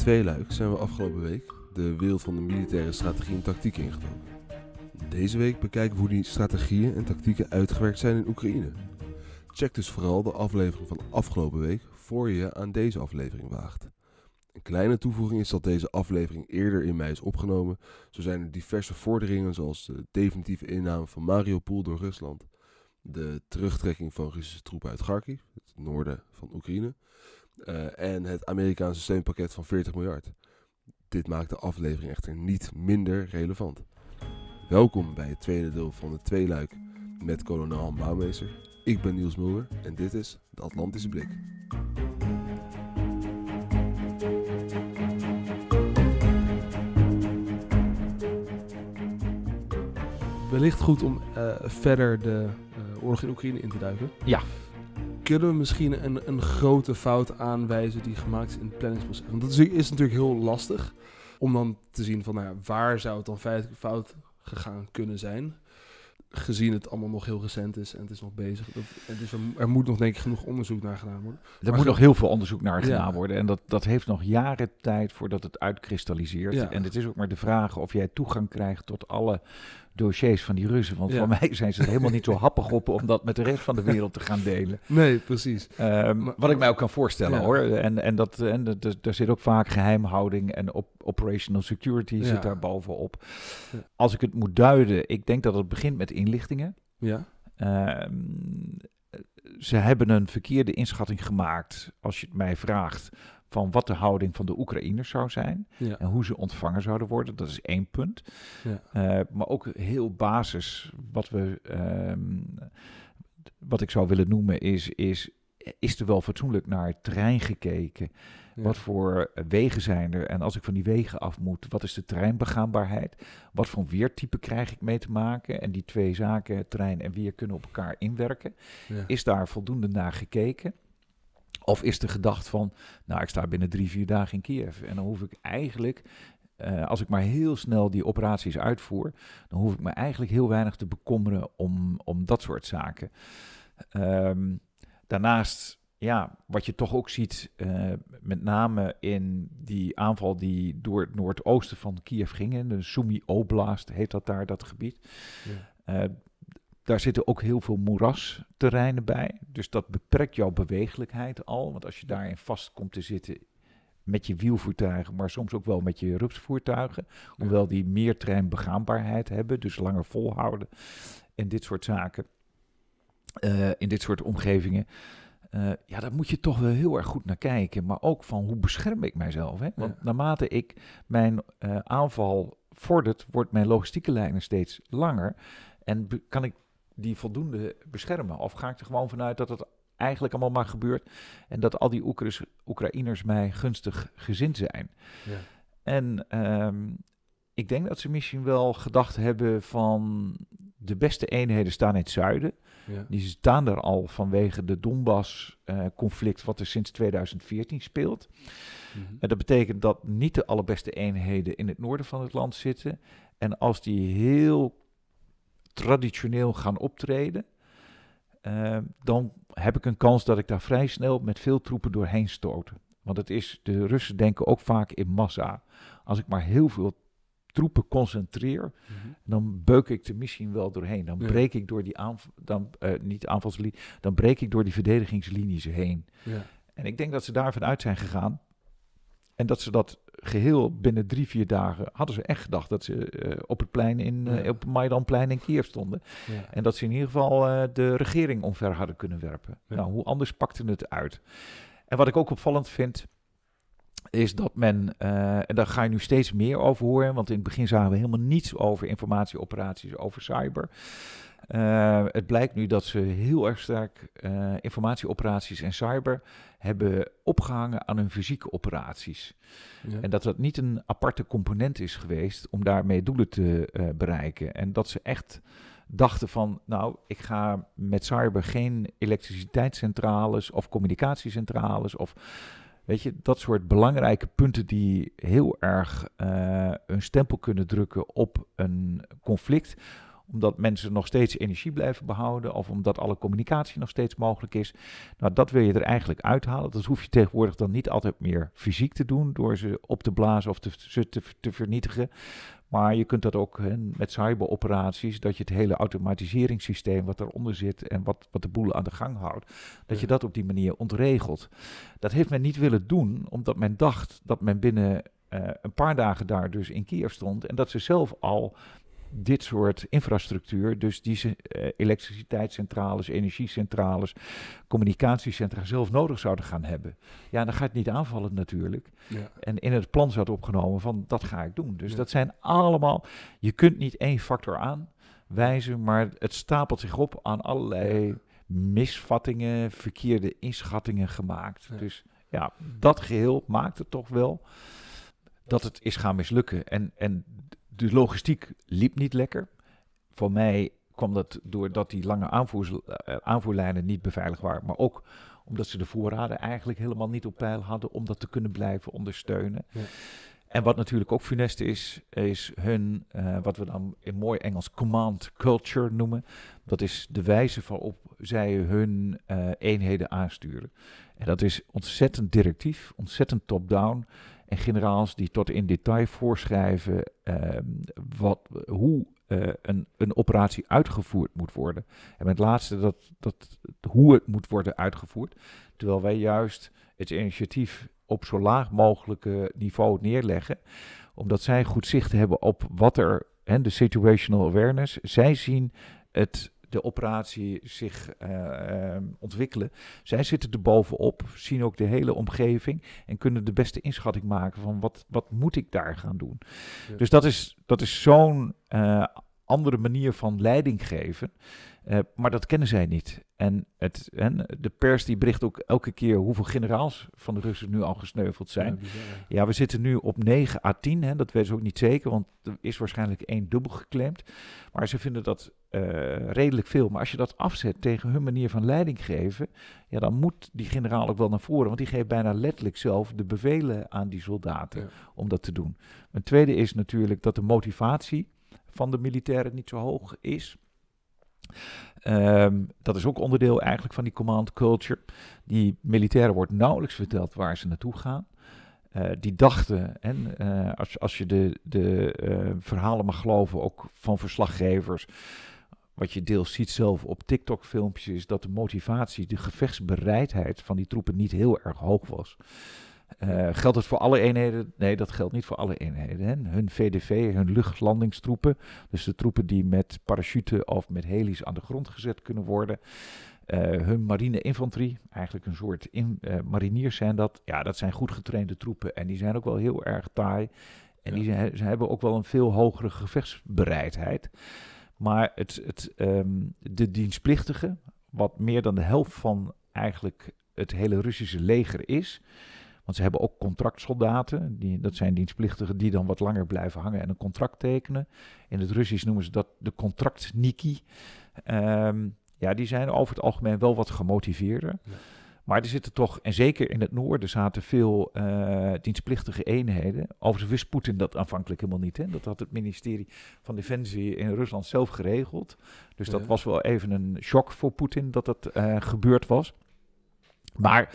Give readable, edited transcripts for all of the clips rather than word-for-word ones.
tweeluik zijn we afgelopen week de wereld van de militaire strategie en tactiek ingedoken. Deze week bekijken we hoe die strategieën en tactieken uitgewerkt zijn in Oekraïne. Check dus vooral de aflevering van afgelopen week voor je aan deze aflevering waagt. Een kleine toevoeging is dat deze aflevering eerder in mei is opgenomen. Zo zijn er diverse vorderingen zoals de definitieve inname van Mariupol door Rusland, de terugtrekking van Russische troepen uit Kharkiv, het noorden van Oekraïne, en het Amerikaanse steunpakket van 40 miljard. Dit maakt de aflevering echter niet minder relevant. Welkom bij het tweede deel van het tweeluik met kolonel Han Bouwmeester. Ik ben Niels Mulder en dit is de Atlantische Blik. Wellicht goed om verder de oorlog in Oekraïne in te duiken. Ja. Kunnen we misschien een grote fout aanwijzen die gemaakt is in het planningsproces? Want dat is natuurlijk heel lastig om dan te zien van waar zou het dan feitelijk fout gegaan kunnen zijn. Gezien het allemaal nog heel recent is en het is nog bezig. Dus er moet nog denk ik genoeg onderzoek naar gedaan worden. Er moet nog heel veel onderzoek naar gedaan worden. En dat heeft nog jaren tijd voordat het uitkristalliseert. Ja. En het is ook maar de vraag of jij toegang krijgt tot alle dossiers van die Russen. Want voor mij zijn ze er helemaal niet zo happig op om dat met de rest van de wereld te gaan delen. Nee, precies. Wat ik mij ook kan voorstellen hoor. En daar zit ook vaak geheimhouding en operational security zit daar bovenop. Ja. Als ik het moet duiden, ik denk dat het begint met inlichtingen. Ja. Ze hebben een verkeerde inschatting gemaakt, als je het mij vraagt, van wat de houding van de Oekraïners zou zijn en hoe ze ontvangen zouden worden. Dat is één punt. Ja. Maar ook heel basis, wat ik zou willen noemen, is er wel fatsoenlijk naar het terrein gekeken? Ja. Wat voor wegen zijn er? En als ik van die wegen af moet, wat is de terreinbegaanbaarheid? Wat voor weertype krijg ik mee te maken? En die twee zaken, terrein en weer, kunnen op elkaar inwerken. Ja. Is daar voldoende naar gekeken? Of is er gedacht van, ik sta binnen 3-4 dagen in Kiev. En dan hoef ik eigenlijk, als ik maar heel snel die operaties uitvoer, dan hoef ik me eigenlijk heel weinig te bekommeren om dat soort zaken. Daarnaast, wat je toch ook ziet, met name in die aanval die door het noordoosten van Kiev ging, de Sumy Oblast heet dat daar, dat gebied. Ja. Daar zitten ook heel veel moerasterreinen bij. Dus dat beperkt jouw beweeglijkheid al. Want als je daarin vast komt te zitten met je wielvoertuigen, maar soms ook wel met je rupsvoertuigen, hoewel die meer terreinbegaanbaarheid hebben, dus langer volhouden en dit soort zaken, in dit soort omgevingen. Daar moet je toch wel heel erg goed naar kijken. Maar ook van hoe bescherm ik mijzelf. Hè? Want naarmate ik mijn aanval vordert, wordt mijn logistieke lijnen steeds langer. En kan ik die voldoende beschermen? Of ga ik er gewoon vanuit dat het eigenlijk allemaal maar gebeurt en dat al die Oekraïners mij gunstig gezind zijn? Ja. En ik denk dat ze misschien wel gedacht hebben van de beste eenheden staan in het zuiden. Ja. Die staan er al vanwege de Donbass-conflict wat er sinds 2014 speelt. Mm-hmm. En dat betekent dat niet de allerbeste eenheden in het noorden van het land zitten. En als die heel traditioneel gaan optreden, dan heb ik een kans dat ik daar vrij snel met veel troepen doorheen stoot. Want de Russen denken ook vaak in massa. Als ik maar heel veel troepen concentreer, dan beuk ik er misschien wel doorheen. Dan breek ik door die dan breek ik door die verdedigingslinies heen. Ja. En ik denk dat ze daarvan uit zijn gegaan. En dat ze dat geheel binnen 3-4 dagen hadden ze echt gedacht dat ze op het plein op het Maidanplein in Kiev stonden. Ja. En dat ze in ieder geval de regering omver hadden kunnen werpen. Ja. Nou, hoe anders pakte het uit? En wat ik ook opvallend vind, is dat men, en daar ga je nu steeds meer over horen, want in het begin zagen we helemaal niets over informatieoperaties, over cyber. Het blijkt nu dat ze heel erg sterk informatieoperaties en cyber hebben opgehangen aan hun fysieke operaties. Ja. En dat dat niet een aparte component is geweest om daarmee doelen te bereiken. En dat ze echt dachten van, ik ga met cyber geen elektriciteitscentrales of communicatiecentrales of weet je, dat soort belangrijke punten die heel erg een stempel kunnen drukken op een conflict, omdat mensen nog steeds energie blijven behouden of omdat alle communicatie nog steeds mogelijk is. Nou, dat wil je er eigenlijk uithalen. Dat hoef je tegenwoordig dan niet altijd meer fysiek te doen door ze op te blazen of te vernietigen. Maar je kunt dat ook met cyberoperaties, dat je het hele automatiseringssysteem wat eronder zit en wat de boel aan de gang houdt, dat je dat op die manier ontregelt. Dat heeft men niet willen doen, omdat men dacht dat men binnen een paar dagen daar dus in Kiev stond en dat ze zelf al dit soort infrastructuur, dus die elektriciteitscentrales, energiecentrales, communicatiecentra zelf nodig zouden gaan hebben. Ja, dan ga je het niet aanvallen natuurlijk. Ja. En in het plan zat opgenomen van dat ga ik doen. Dus dat zijn allemaal, je kunt niet één factor aanwijzen, maar het stapelt zich op aan allerlei misvattingen, verkeerde inschattingen gemaakt. Ja. Dus ja, dat geheel maakt het toch wel dat het is gaan mislukken. En de logistiek liep niet lekker. Voor mij kwam dat doordat die lange aanvoerlijnen niet beveiligd waren. Maar ook omdat ze de voorraden eigenlijk helemaal niet op peil hadden om dat te kunnen blijven ondersteunen. Ja. En wat natuurlijk ook funest is hun, wat we dan in mooi Engels command culture noemen. Dat is de wijze waarop zij hun eenheden aansturen. En dat is ontzettend directief, ontzettend top-down. En generaals die tot in detail voorschrijven hoe een operatie uitgevoerd moet worden. En met het laatste hoe het moet worden uitgevoerd. Terwijl wij juist het initiatief op zo laag mogelijke niveau neerleggen. Omdat zij goed zicht hebben op wat er, de situational awareness. Zij zien de operatie zich ontwikkelen. Zij zitten er bovenop, zien ook de hele omgeving en kunnen de beste inschatting maken van wat moet ik daar gaan doen. Ja. Dus dat is zo'n andere manier van leiding geven, maar dat kennen zij niet. En de pers die bericht ook elke keer hoeveel generaals van de Russen nu al gesneuveld zijn. Ja, we zitten nu op 9 à 10, dat weten ze ook niet zeker, want er is waarschijnlijk 1 dubbel geclaimd. Maar ze vinden dat redelijk veel. Maar als je dat afzet tegen hun manier van leiding geven, ja, dan moet die generaal ook wel naar voren, want die geeft bijna letterlijk zelf de bevelen aan die soldaten om dat te doen. Een tweede is natuurlijk dat de motivatie van de militairen niet zo hoog is. Dat is ook onderdeel eigenlijk van die command culture. Die militairen wordt nauwelijks verteld waar ze naartoe gaan. Die dachten, als je de verhalen mag geloven, ook van verslaggevers, wat je deels ziet zelf op TikTok-filmpjes, is dat de motivatie, de gevechtsbereidheid van die troepen niet heel erg hoog was. Geldt het voor alle eenheden? Nee, dat geldt niet voor alle eenheden. Hun VDV, hun luchtlandingstroepen, dus de troepen die met parachute of met heli's aan de grond gezet kunnen worden. Hun marine-infanterie, eigenlijk een soort mariniers zijn dat. Ja, dat zijn goed getrainde troepen en die zijn ook wel heel erg taai. En ze hebben ook wel een veel hogere gevechtsbereidheid. Maar de dienstplichtigen, wat meer dan de helft van eigenlijk het hele Russische leger is. Want ze hebben ook contractsoldaten, dat zijn dienstplichtigen die dan wat langer blijven hangen en een contract tekenen. In het Russisch noemen ze dat de contractniki. Die zijn over het algemeen wel wat gemotiveerder. Ja. Maar er zitten toch, en zeker in het noorden zaten veel dienstplichtige eenheden. Overigens wist Poetin dat aanvankelijk helemaal niet. Dat had het ministerie van Defensie in Rusland zelf geregeld. Dus dat was wel even een shock voor Poetin dat dat gebeurd was. Maar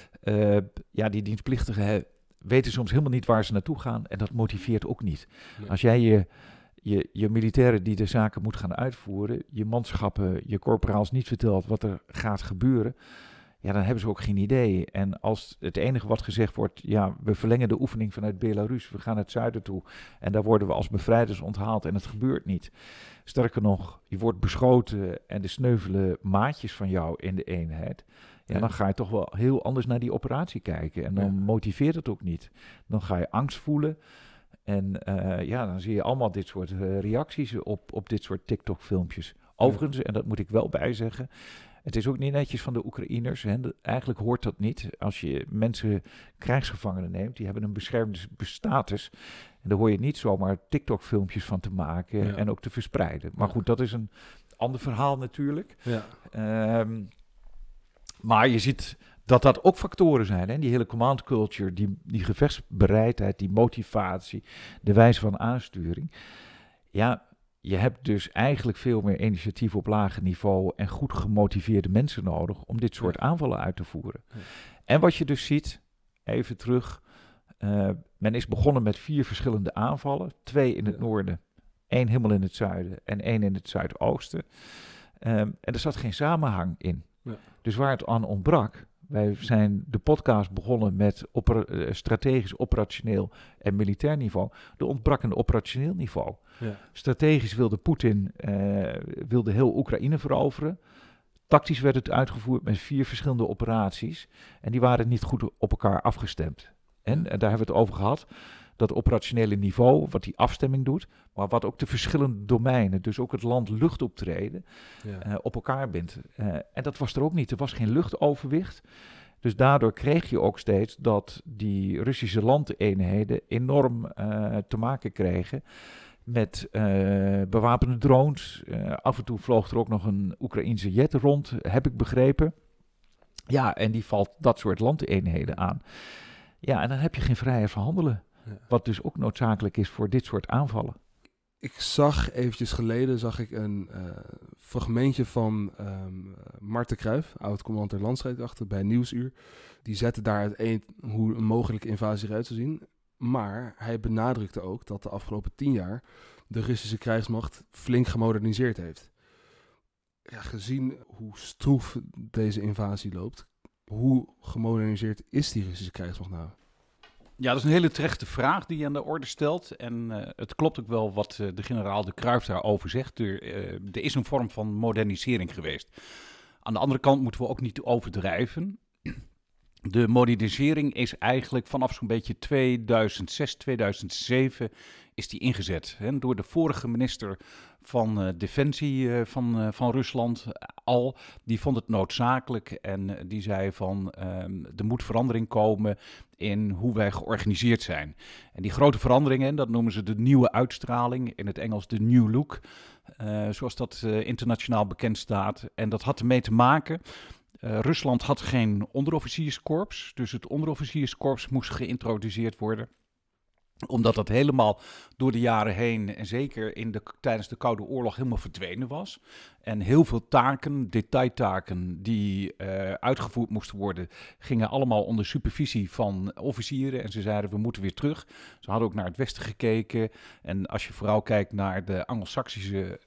die dienstplichtigen weten soms helemaal niet waar ze naartoe gaan. En dat motiveert ook niet. Nee. Als jij je militairen die de zaken moet gaan uitvoeren, je manschappen, je korporaals niet vertelt wat er gaat gebeuren, ja, dan hebben ze ook geen idee. En als het enige wat gezegd wordt, ja, we verlengen de oefening vanuit Belarus, we gaan het zuiden toe en daar worden we als bevrijders onthaald en het gebeurt niet. Sterker nog, je wordt beschoten en de sneuvelen maatjes van jou in de eenheid. Ja, dan ga je toch wel heel anders naar die operatie kijken. En dan motiveert het ook niet. Dan ga je angst voelen. En dan zie je allemaal dit soort reacties op dit soort TikTok-filmpjes. Overigens, en dat moet ik wel bijzeggen, het is ook niet netjes van de Oekraïners. Eigenlijk hoort dat niet. Als je mensen krijgsgevangenen neemt, die hebben een beschermde status. En daar hoor je niet zomaar TikTok-filmpjes van te maken en ook te verspreiden. Maar goed, dat is een ander verhaal natuurlijk. Ja. Maar je ziet dat ook factoren zijn. Hè? Die hele command culture, die gevechtsbereidheid, die motivatie, de wijze van aansturing. Ja, je hebt dus eigenlijk veel meer initiatief op lager niveau en goed gemotiveerde mensen nodig om dit soort aanvallen uit te voeren. Ja. En wat je dus ziet, even terug, men is begonnen met 4 verschillende aanvallen. 2 in het noorden, 1 helemaal in het zuiden en 1 in het zuidoosten. En er zat geen samenhang in. Ja. Dus waar het aan ontbrak, wij zijn de podcast begonnen met strategisch, operationeel en militair niveau. Er ontbrak een operationeel niveau. Ja. Strategisch wilde Poetin wilde heel Oekraïne veroveren. Tactisch werd het uitgevoerd met 4 verschillende operaties. En die waren niet goed op elkaar afgestemd. En daar hebben we het over gehad. Dat operationele niveau, wat die afstemming doet, maar wat ook de verschillende domeinen, dus ook het land-luchtoptreden, op elkaar bindt. En dat was er ook niet. Er was geen luchtoverwicht. Dus daardoor kreeg je ook steeds dat die Russische landeenheden enorm te maken kregen met bewapende drones. Af en toe vloog er ook nog een Oekraïense jet rond, heb ik begrepen. Ja, en die valt dat soort landeenheden aan. Ja, en dan heb je geen vrijheid van handelen. Ja. Wat dus ook noodzakelijk is voor dit soort aanvallen. Ik zag eventjes geleden een fragmentje van Marten Kruijf, oud-commandant der landstrijdkrachten bij Nieuwsuur. Die zette daar uiteen hoe een mogelijke invasie eruit zou zien. Maar hij benadrukte ook dat de afgelopen 10 jaar de Russische krijgsmacht flink gemoderniseerd heeft. Ja, gezien hoe stroef deze invasie loopt, hoe gemoderniseerd is die Russische krijgsmacht nou? Ja, dat is een hele terechte vraag die je aan de orde stelt. En het klopt ook wel wat de generaal De Kruijf daarover zegt. Er is een vorm van modernisering geweest. Aan de andere kant moeten we ook niet overdrijven. De modernisering is eigenlijk vanaf zo'n beetje 2006, 2007 is die ingezet. Hè, door de vorige minister van Defensie van Rusland al. Die vond het noodzakelijk en die zei van er moet verandering komen in hoe wij georganiseerd zijn. En die grote veranderingen, dat noemen ze de nieuwe uitstraling, in het Engels de new look, zoals dat internationaal bekend staat. En dat had ermee te maken, Rusland had geen onderofficierskorps, dus het onderofficierskorps moest geïntroduceerd worden. Omdat dat helemaal door de jaren heen en zeker tijdens de Koude Oorlog helemaal verdwenen was. En heel veel taken, detailtaken die uitgevoerd moesten worden, gingen allemaal onder supervisie van officieren. En ze zeiden we moeten weer terug. Ze hadden ook naar het westen gekeken. En als je vooral kijkt naar de Anglo-Saxische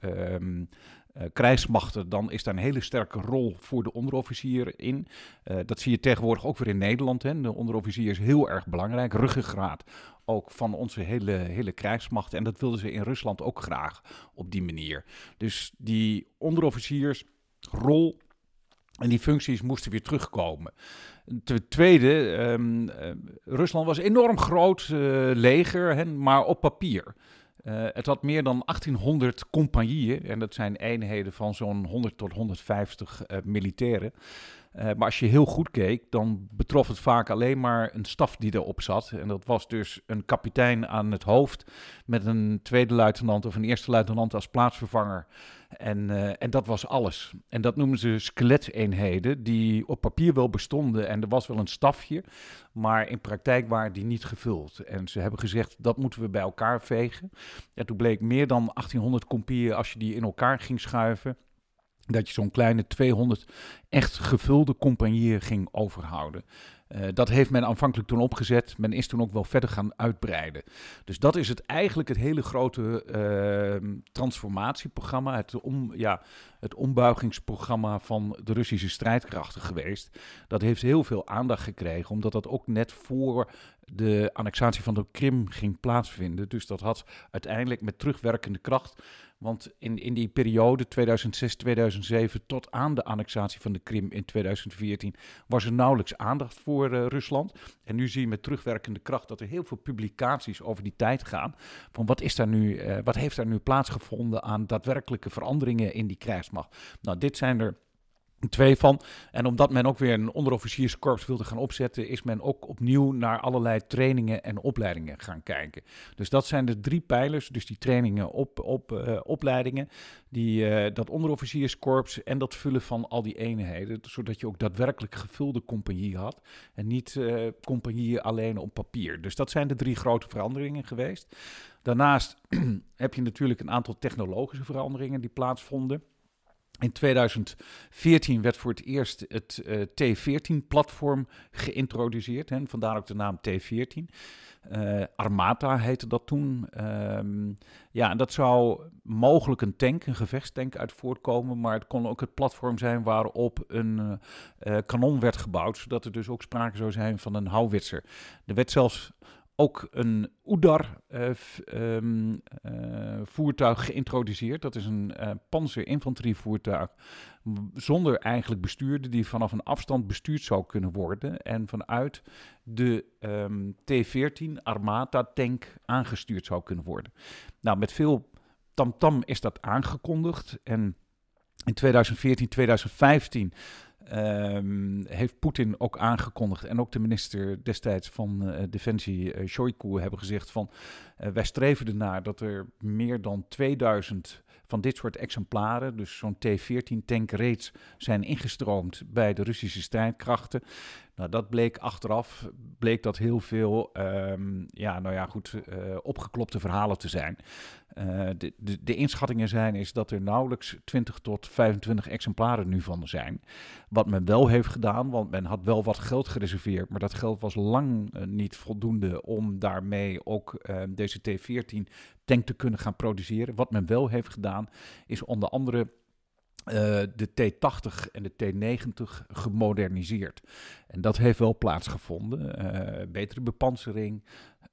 krijgsmachten, dan is daar een hele sterke rol voor de onderofficier in. Dat zie je tegenwoordig ook weer in Nederland. Hè. De onderofficier is heel erg belangrijk, ruggengraat ook van onze hele krijgsmacht. En dat wilden ze in Rusland ook graag op die manier. Dus die onderofficiersrol en die functies moesten weer terugkomen. Ten tweede, Rusland was een enorm groot leger, maar op papier. Het had meer dan 1800 compagnieën en dat zijn eenheden van zo'n 100 tot 150 militairen. Maar als je heel goed keek, dan betrof het vaak alleen maar een staf die erop zat. En dat was dus een kapitein aan het hoofd met een tweede luitenant of een eerste luitenant als plaatsvervanger. En dat was alles. En dat noemen ze skeleteenheden die op papier wel bestonden en er was wel een stafje, maar in praktijk waren die niet gevuld. En ze hebben gezegd, dat moeten we bij elkaar vegen. En toen bleek meer dan 1800 compagnieën, als je die in elkaar ging schuiven, dat je zo'n kleine 200 echt gevulde compagnieën ging overhouden. Dat heeft men aanvankelijk toen opgezet. Men is toen ook wel verder gaan uitbreiden. Dus dat is eigenlijk het hele grote transformatieprogramma, het ombuigingsprogramma van de Russische strijdkrachten geweest. Dat heeft heel veel aandacht gekregen, omdat dat ook net voor de annexatie van de Krim ging plaatsvinden. Dus dat had uiteindelijk met terugwerkende kracht, want in die periode 2006-2007 tot aan de annexatie van de Krim in 2014 was er nauwelijks aandacht voor Rusland. En nu zie je met terugwerkende kracht dat er heel veel publicaties over die tijd gaan. Van wat heeft daar nu plaatsgevonden aan daadwerkelijke veranderingen in die krijgsmacht? Nou, dit zijn er 2 van. En omdat men ook weer een onderofficierskorps wilde gaan opzetten, is men ook opnieuw naar allerlei trainingen en opleidingen gaan kijken. Dus dat zijn de 3 pijlers. Dus die trainingen opleidingen, dat onderofficierskorps en dat vullen van al die eenheden. Zodat je ook daadwerkelijk gevulde compagnieën had. En niet compagnieën alleen op papier. Dus dat zijn de 3 grote veranderingen geweest. Daarnaast heb je natuurlijk een aantal technologische veranderingen die plaatsvonden. In 2014 werd voor het eerst het T14-platform geïntroduceerd. Hè, vandaar ook de naam T14. Armata heette dat toen. En dat zou mogelijk een gevechtstank uit voortkomen. Maar het kon ook het platform zijn waarop een kanon werd gebouwd. Zodat er dus ook sprake zou zijn van een houwitser. Er werd zelfs ook een Udar voertuig geïntroduceerd. Dat is een panzerinfanterievoertuig zonder eigenlijk bestuurder, die vanaf een afstand bestuurd zou kunnen worden en vanuit de T14 Armata tank aangestuurd zou kunnen worden. Nou, met veel tamtam is dat aangekondigd en in 2014, 2015 heeft Poetin ook aangekondigd en ook de minister destijds van Defensie, Shoigu, hebben gezegd van wij streven ernaar dat er meer dan 2000 van dit soort exemplaren, dus zo'n T14 tank reeds zijn ingestroomd bij de Russische strijdkrachten. Nou, dat bleek achteraf, dat heel veel opgeklopte verhalen te zijn. De inschattingen is dat er nauwelijks 20 tot 25 exemplaren nu van zijn. Wat men wel heeft gedaan, want men had wel wat geld gereserveerd, maar dat geld was lang niet voldoende om daarmee ook deze T14 tank te kunnen gaan produceren. Wat men wel heeft gedaan, is onder andere de T80 en de T90 gemoderniseerd. En dat heeft wel plaatsgevonden. Betere bepansering,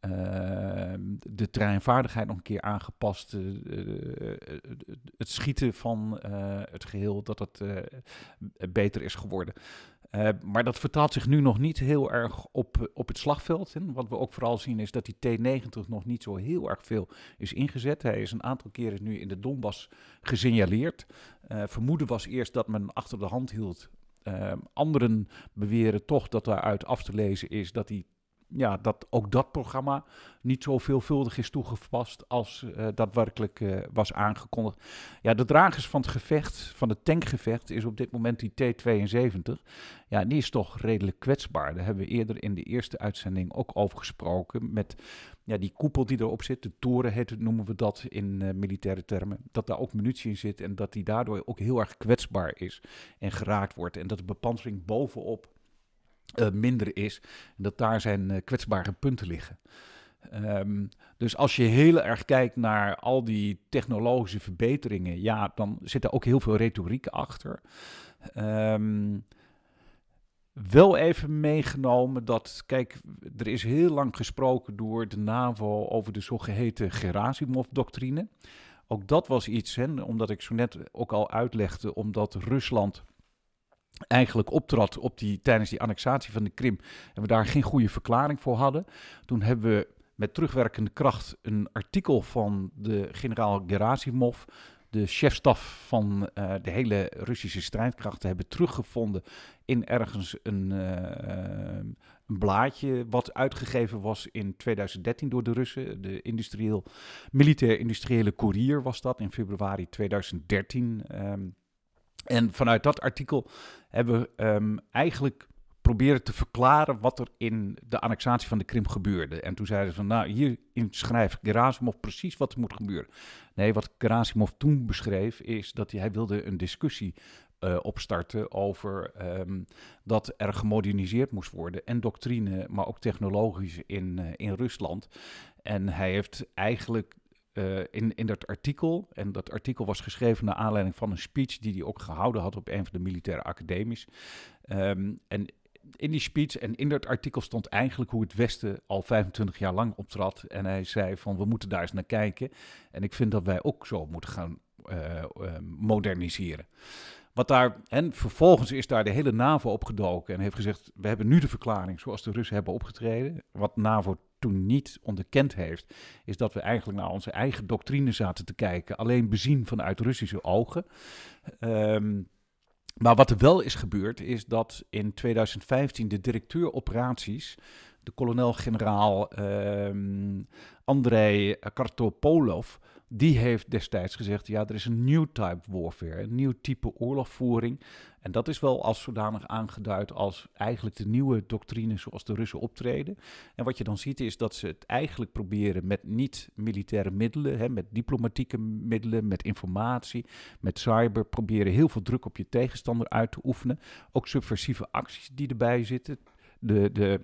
de terreinvaardigheid nog een keer aangepast, het schieten van het geheel, dat het beter is geworden. Maar dat vertaalt zich nu nog niet heel erg op het slagveld. En wat we ook vooral zien is dat die T90 nog niet zo heel erg veel is ingezet. Hij is een aantal keren nu in de Donbass gesignaleerd. Vermoeden was eerst dat men achter de hand hield. Anderen beweren toch dat daaruit af te lezen is dat ook dat programma niet zo veelvuldig is toegepast als daadwerkelijk was aangekondigd. Ja, de dragers van het gevecht, van het tankgevecht, is op dit moment die T72. Ja, die is toch redelijk kwetsbaar. Daar hebben we eerder in de eerste uitzending ook over gesproken. Met die koepel die erop zit, de toren noemen we dat in militaire termen. Dat daar ook munitie in zit en dat die daardoor ook heel erg kwetsbaar is en geraakt wordt. En dat de bepansering bovenop minder is. En dat daar zijn kwetsbare punten liggen. Dus als je heel erg kijkt naar al die technologische verbeteringen, ja, dan zit er ook heel veel retoriek achter. Wel even meegenomen dat, kijk, er is heel lang gesproken door de NAVO over de zogeheten Gerasimov-doctrine. Ook dat was iets, omdat ik zo net ook al uitlegde, omdat Rusland eigenlijk optrad tijdens die annexatie van de Krim en we daar geen goede verklaring voor hadden. Toen hebben we met terugwerkende kracht een artikel van de generaal Gerasimov, de chefstaf van de hele Russische strijdkrachten, hebben teruggevonden in ergens een blaadje wat uitgegeven was in 2013 door de Russen. De militair-industriële courier was dat in februari 2013. En vanuit dat artikel hebben we eigenlijk proberen te verklaren wat er in de annexatie van de Krim gebeurde. En toen zeiden ze van, hierin schrijft Gerasimov precies wat er moet gebeuren. Nee, wat Gerasimov toen beschreef is dat hij wilde een discussie opstarten over dat er gemoderniseerd moest worden. En doctrine, maar ook technologisch in Rusland. En hij heeft eigenlijk in dat artikel, en dat artikel was geschreven naar aanleiding van een speech die hij ook gehouden had op een van de militaire academies. En in die speech en in dat artikel stond eigenlijk hoe het Westen al 25 jaar lang optrad. En hij zei van, we moeten daar eens naar kijken. En ik vind dat wij ook zo moeten gaan moderniseren. Vervolgens is daar de hele NAVO opgedoken en heeft gezegd, we hebben nu de verklaring zoals de Russen hebben opgetreden. Wat NAVO toen niet onderkend heeft, is dat we eigenlijk naar onze eigen doctrine zaten te kijken, alleen bezien vanuit Russische ogen. Maar wat er wel is gebeurd, is dat in 2015 de directeur operaties, de kolonel-generaal Andrei Kartopolov, die heeft destijds gezegd, ja, er is een nieuw type warfare, een nieuw type oorlogvoering. En dat is wel als zodanig aangeduid als eigenlijk de nieuwe doctrine zoals de Russen optreden. En wat je dan ziet is dat ze het eigenlijk proberen met niet-militaire middelen, hè, met diplomatieke middelen, met informatie, met cyber, proberen heel veel druk op je tegenstander uit te oefenen. Ook subversieve acties die erbij zitten. De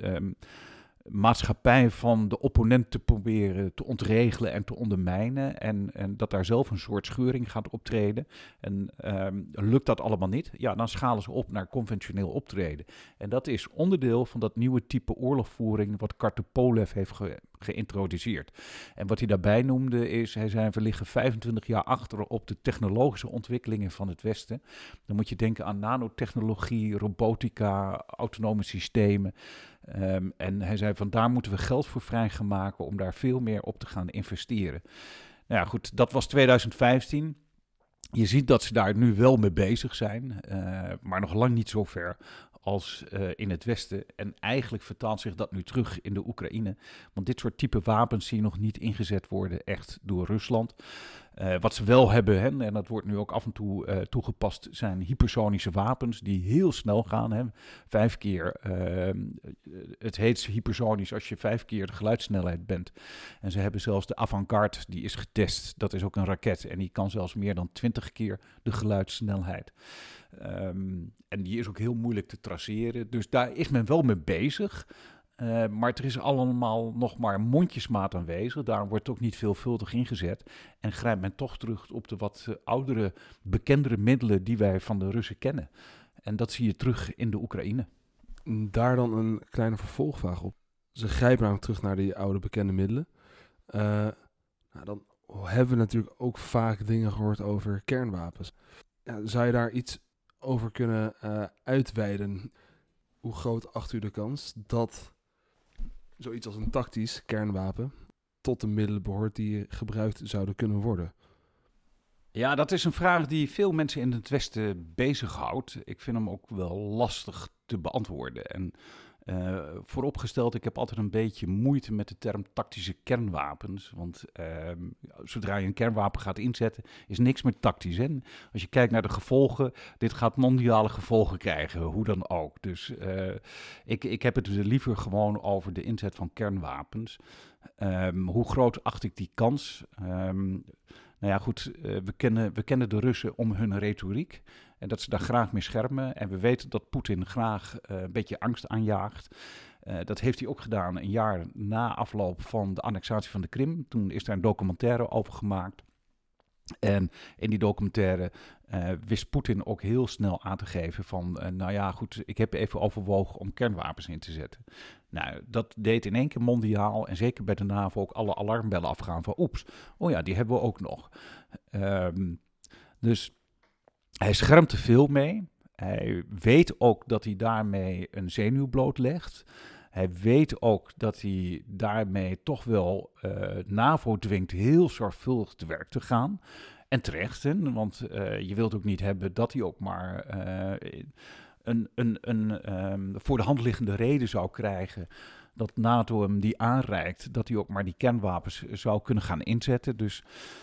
maatschappij van de opponent te proberen te ontregelen en te ondermijnen. En dat daar zelf een soort scheuring gaat optreden. En lukt dat allemaal niet, ja, dan schalen ze op naar conventioneel optreden. En dat is onderdeel van dat nieuwe type oorlogvoering wat Kartopolov heeft geïntroduceerd. En wat hij daarbij noemde is, hij zei, we liggen 25 jaar achter op de technologische ontwikkelingen van het Westen. Dan moet je denken aan nanotechnologie, robotica, autonome systemen. En hij zei, van daar moeten we geld voor vrij gaan maken om daar veel meer op te gaan investeren. Nou ja, goed, dat was 2015. Je ziet dat ze daar nu wel mee bezig zijn, maar nog lang niet zo ver als in het Westen. En eigenlijk vertaalt zich dat nu terug in de Oekraïne. Want dit soort type wapens zie je nog niet ingezet worden echt door Rusland. Wat ze wel hebben, hè, en dat wordt nu ook af en toe toegepast, zijn hypersonische wapens die heel snel gaan. Hè. 5 keer, het heet hypersonisch als je 5 keer de geluidssnelheid bent. En ze hebben zelfs de Avangard, die is getest. Dat is ook een raket en die kan zelfs meer dan 20 keer de geluidssnelheid. En die is ook heel moeilijk te traceren. Dus daar is men wel mee bezig. Maar er is allemaal nog maar mondjesmaat aanwezig. Daarom wordt ook niet veelvuldig ingezet. En grijpt men toch terug op de wat oudere, bekendere middelen die wij van de Russen kennen. En dat zie je terug in de Oekraïne. Daar dan een kleine vervolgvraag op. Ze grijpen namelijk terug naar die oude bekende middelen. Dan hebben we natuurlijk ook vaak dingen gehoord over kernwapens. Zou je daar iets over kunnen uitweiden? Hoe groot acht u de kans dat zoiets als een tactisch kernwapen tot de middelen behoort die gebruikt zouden kunnen worden? Ja, dat is een vraag die veel mensen in het Westen bezighoudt. Ik vind hem ook wel lastig te beantwoorden. En vooropgesteld, ik heb altijd een beetje moeite met de term tactische kernwapens. Want zodra je een kernwapen gaat inzetten, is niks meer tactisch. Hè? Als je kijkt naar de gevolgen, dit gaat mondiale gevolgen krijgen, hoe dan ook. Dus ik heb het liever gewoon over de inzet van kernwapens. Hoe groot acht ik die kans? Nou ja, goed, we kennen de Russen om hun retoriek en dat ze daar graag mee schermen. En we weten dat Poetin graag een beetje angst aanjaagt. Dat heeft hij ook gedaan een jaar na afloop van de annexatie van de Krim. Toen is daar een documentaire over gemaakt. En in die documentaire wist Poetin ook heel snel aan te geven van, nou ja, goed, ik heb even overwogen om kernwapens in te zetten. Nou, dat deed in één keer mondiaal en zeker bij de NAVO ook alle alarmbellen afgaan van, oeps, oh ja, die hebben we ook nog. Dus hij schermt er veel mee. Hij weet ook dat hij daarmee een zenuw blootlegt. Hij weet ook dat hij daarmee toch wel NAVO dwingt heel zorgvuldig te werk te gaan. En terecht, hè? Want je wilt ook niet hebben dat hij ook maar een voor de hand liggende reden zou krijgen dat NATO hem die aanreikt, dat hij ook maar die kernwapens zou kunnen gaan inzetten. Dus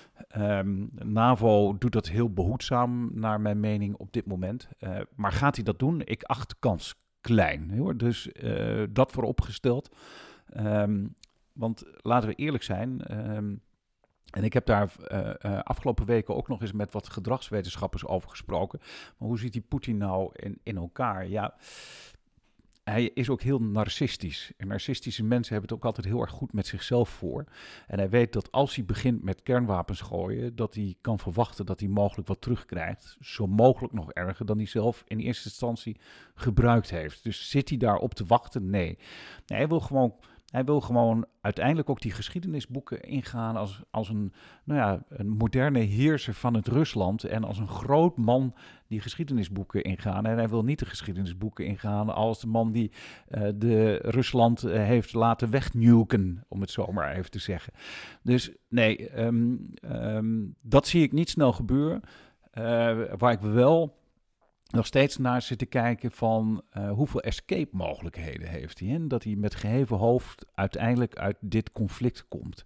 NAVO doet dat heel behoedzaam, naar mijn mening, op dit moment. Maar gaat hij dat doen? Ik acht de kans klein, hoor. Dus dat vooropgesteld. Want laten we eerlijk zijn. En ik heb daar afgelopen weken ook nog eens met wat gedragswetenschappers over gesproken. Maar hoe ziet die Poetin nou in elkaar? Ja, hij is ook heel narcistisch. En narcistische mensen hebben het ook altijd heel erg goed met zichzelf voor. En hij weet dat als hij begint met kernwapens gooien, dat hij kan verwachten dat hij mogelijk wat terugkrijgt. Zo mogelijk nog erger dan hij zelf in eerste instantie gebruikt heeft. Dus zit hij daarop te wachten? Nee. Hij wil gewoon uiteindelijk ook die geschiedenisboeken ingaan als een moderne heerser van het Rusland. En als een groot man die geschiedenisboeken ingaan. En hij wil niet de geschiedenisboeken ingaan als de man die de Rusland heeft laten wegnuken, om het zo maar even te zeggen. Dus nee, dat zie ik niet snel gebeuren. Waar ik wel nog steeds naar zitten kijken van hoeveel escape mogelijkheden heeft hij. En dat hij met geheven hoofd uiteindelijk uit dit conflict komt.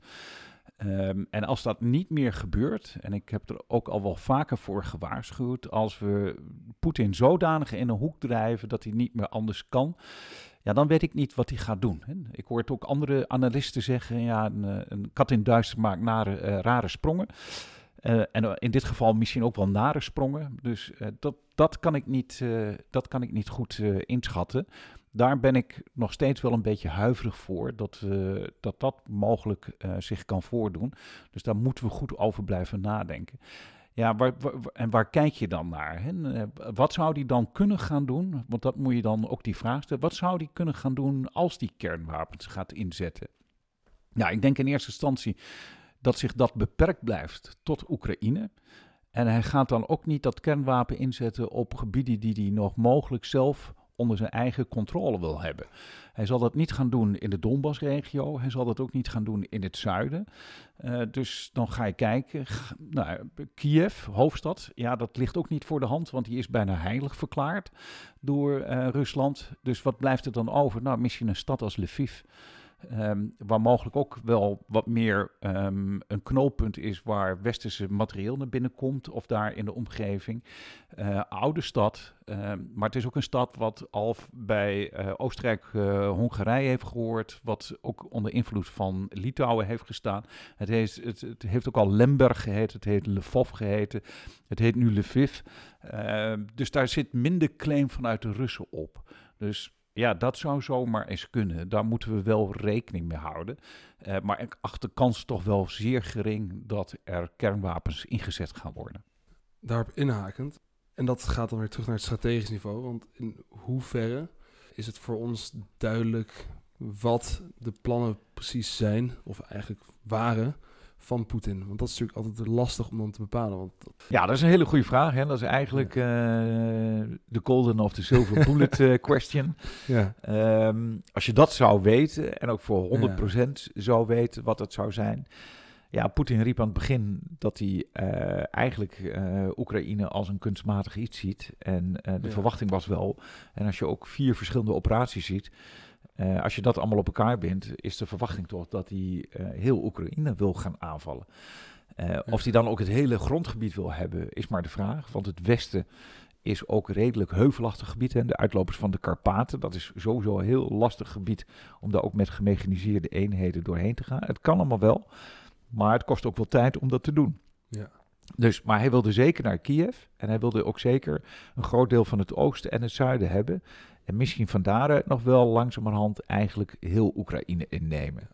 En als dat niet meer gebeurt, en ik heb er ook al wel vaker voor gewaarschuwd, als we Poetin zodanig in een hoek drijven dat hij niet meer anders kan, ja, dan weet ik niet wat hij gaat doen. Ik hoor het ook andere analisten zeggen, ja, een kat in duister maakt rare sprongen. En in dit geval misschien ook wel nare sprongen. Dus dat kan ik niet goed inschatten. Daar ben ik nog steeds wel een beetje huiverig voor dat mogelijk zich kan voordoen. Dus daar moeten we goed over blijven nadenken. Ja, waar kijk je dan naar? Hè? Wat zou die dan kunnen gaan doen? Want dat moet je dan ook die vraag stellen. Wat zou die kunnen gaan doen als die kernwapens gaat inzetten? Nou, ik denk in eerste instantie dat zich dat beperkt blijft tot Oekraïne. En hij gaat dan ook niet dat kernwapen inzetten op gebieden die hij nog mogelijk zelf onder zijn eigen controle wil hebben. Hij zal dat niet gaan doen in de Donbass-regio. Hij zal dat ook niet gaan doen in het zuiden. Dus dan ga je kijken. Kiev, hoofdstad, ja, dat ligt ook niet voor de hand, want die is bijna heilig verklaard door Rusland. Dus wat blijft er dan over? Nou, misschien een stad als Lviv. Waar mogelijk ook wel wat meer een knooppunt is waar westerse materieel naar binnen komt, of daar in de omgeving. Oude stad, maar het is ook een stad wat al bij Oostenrijk-Hongarije heeft gehoord, wat ook onder invloed van Litouwen heeft gestaan. Het heeft ook al Lemberg geheten, het heet Lvov geheten, het heet nu Lviv. Dus daar zit minder claim vanuit de Russen op. Dus ja, dat zou zomaar eens kunnen. Daar moeten we wel rekening mee houden. Maar ik acht de kans toch wel zeer gering dat er kernwapens ingezet gaan worden. Daarop inhakend, en dat gaat dan weer terug naar het strategisch niveau, want in hoeverre is het voor ons duidelijk wat de plannen precies zijn, of eigenlijk waren, van Poetin? Want dat is natuurlijk altijd lastig om dan te bepalen. Want ja, dat is een hele goede vraag. Hè? Dat is eigenlijk de golden of the silver bullet question. Ja. Als je dat zou weten, en ook voor 100% zou weten wat het zou zijn. Ja, Poetin riep aan het begin dat hij eigenlijk Oekraïne als een kunstmatig iets ziet. En de verwachting was wel, en als je ook 4 verschillende operaties ziet, als je dat allemaal op elkaar bindt, is de verwachting toch dat hij heel Oekraïne wil gaan aanvallen. Of hij dan ook het hele grondgebied wil hebben, is maar de vraag. Want het westen is ook redelijk heuvelachtig gebied. Hè? De uitlopers van de Karpaten, dat is sowieso een heel lastig gebied om daar ook met gemechaniseerde eenheden doorheen te gaan. Het kan allemaal wel, maar het kost ook wel tijd om dat te doen. Ja. Dus, maar hij wilde zeker naar Kiev en hij wilde ook zeker een groot deel van het oosten en het zuiden hebben. En misschien van daaruit nog wel langzamerhand eigenlijk heel Oekraïne innemen.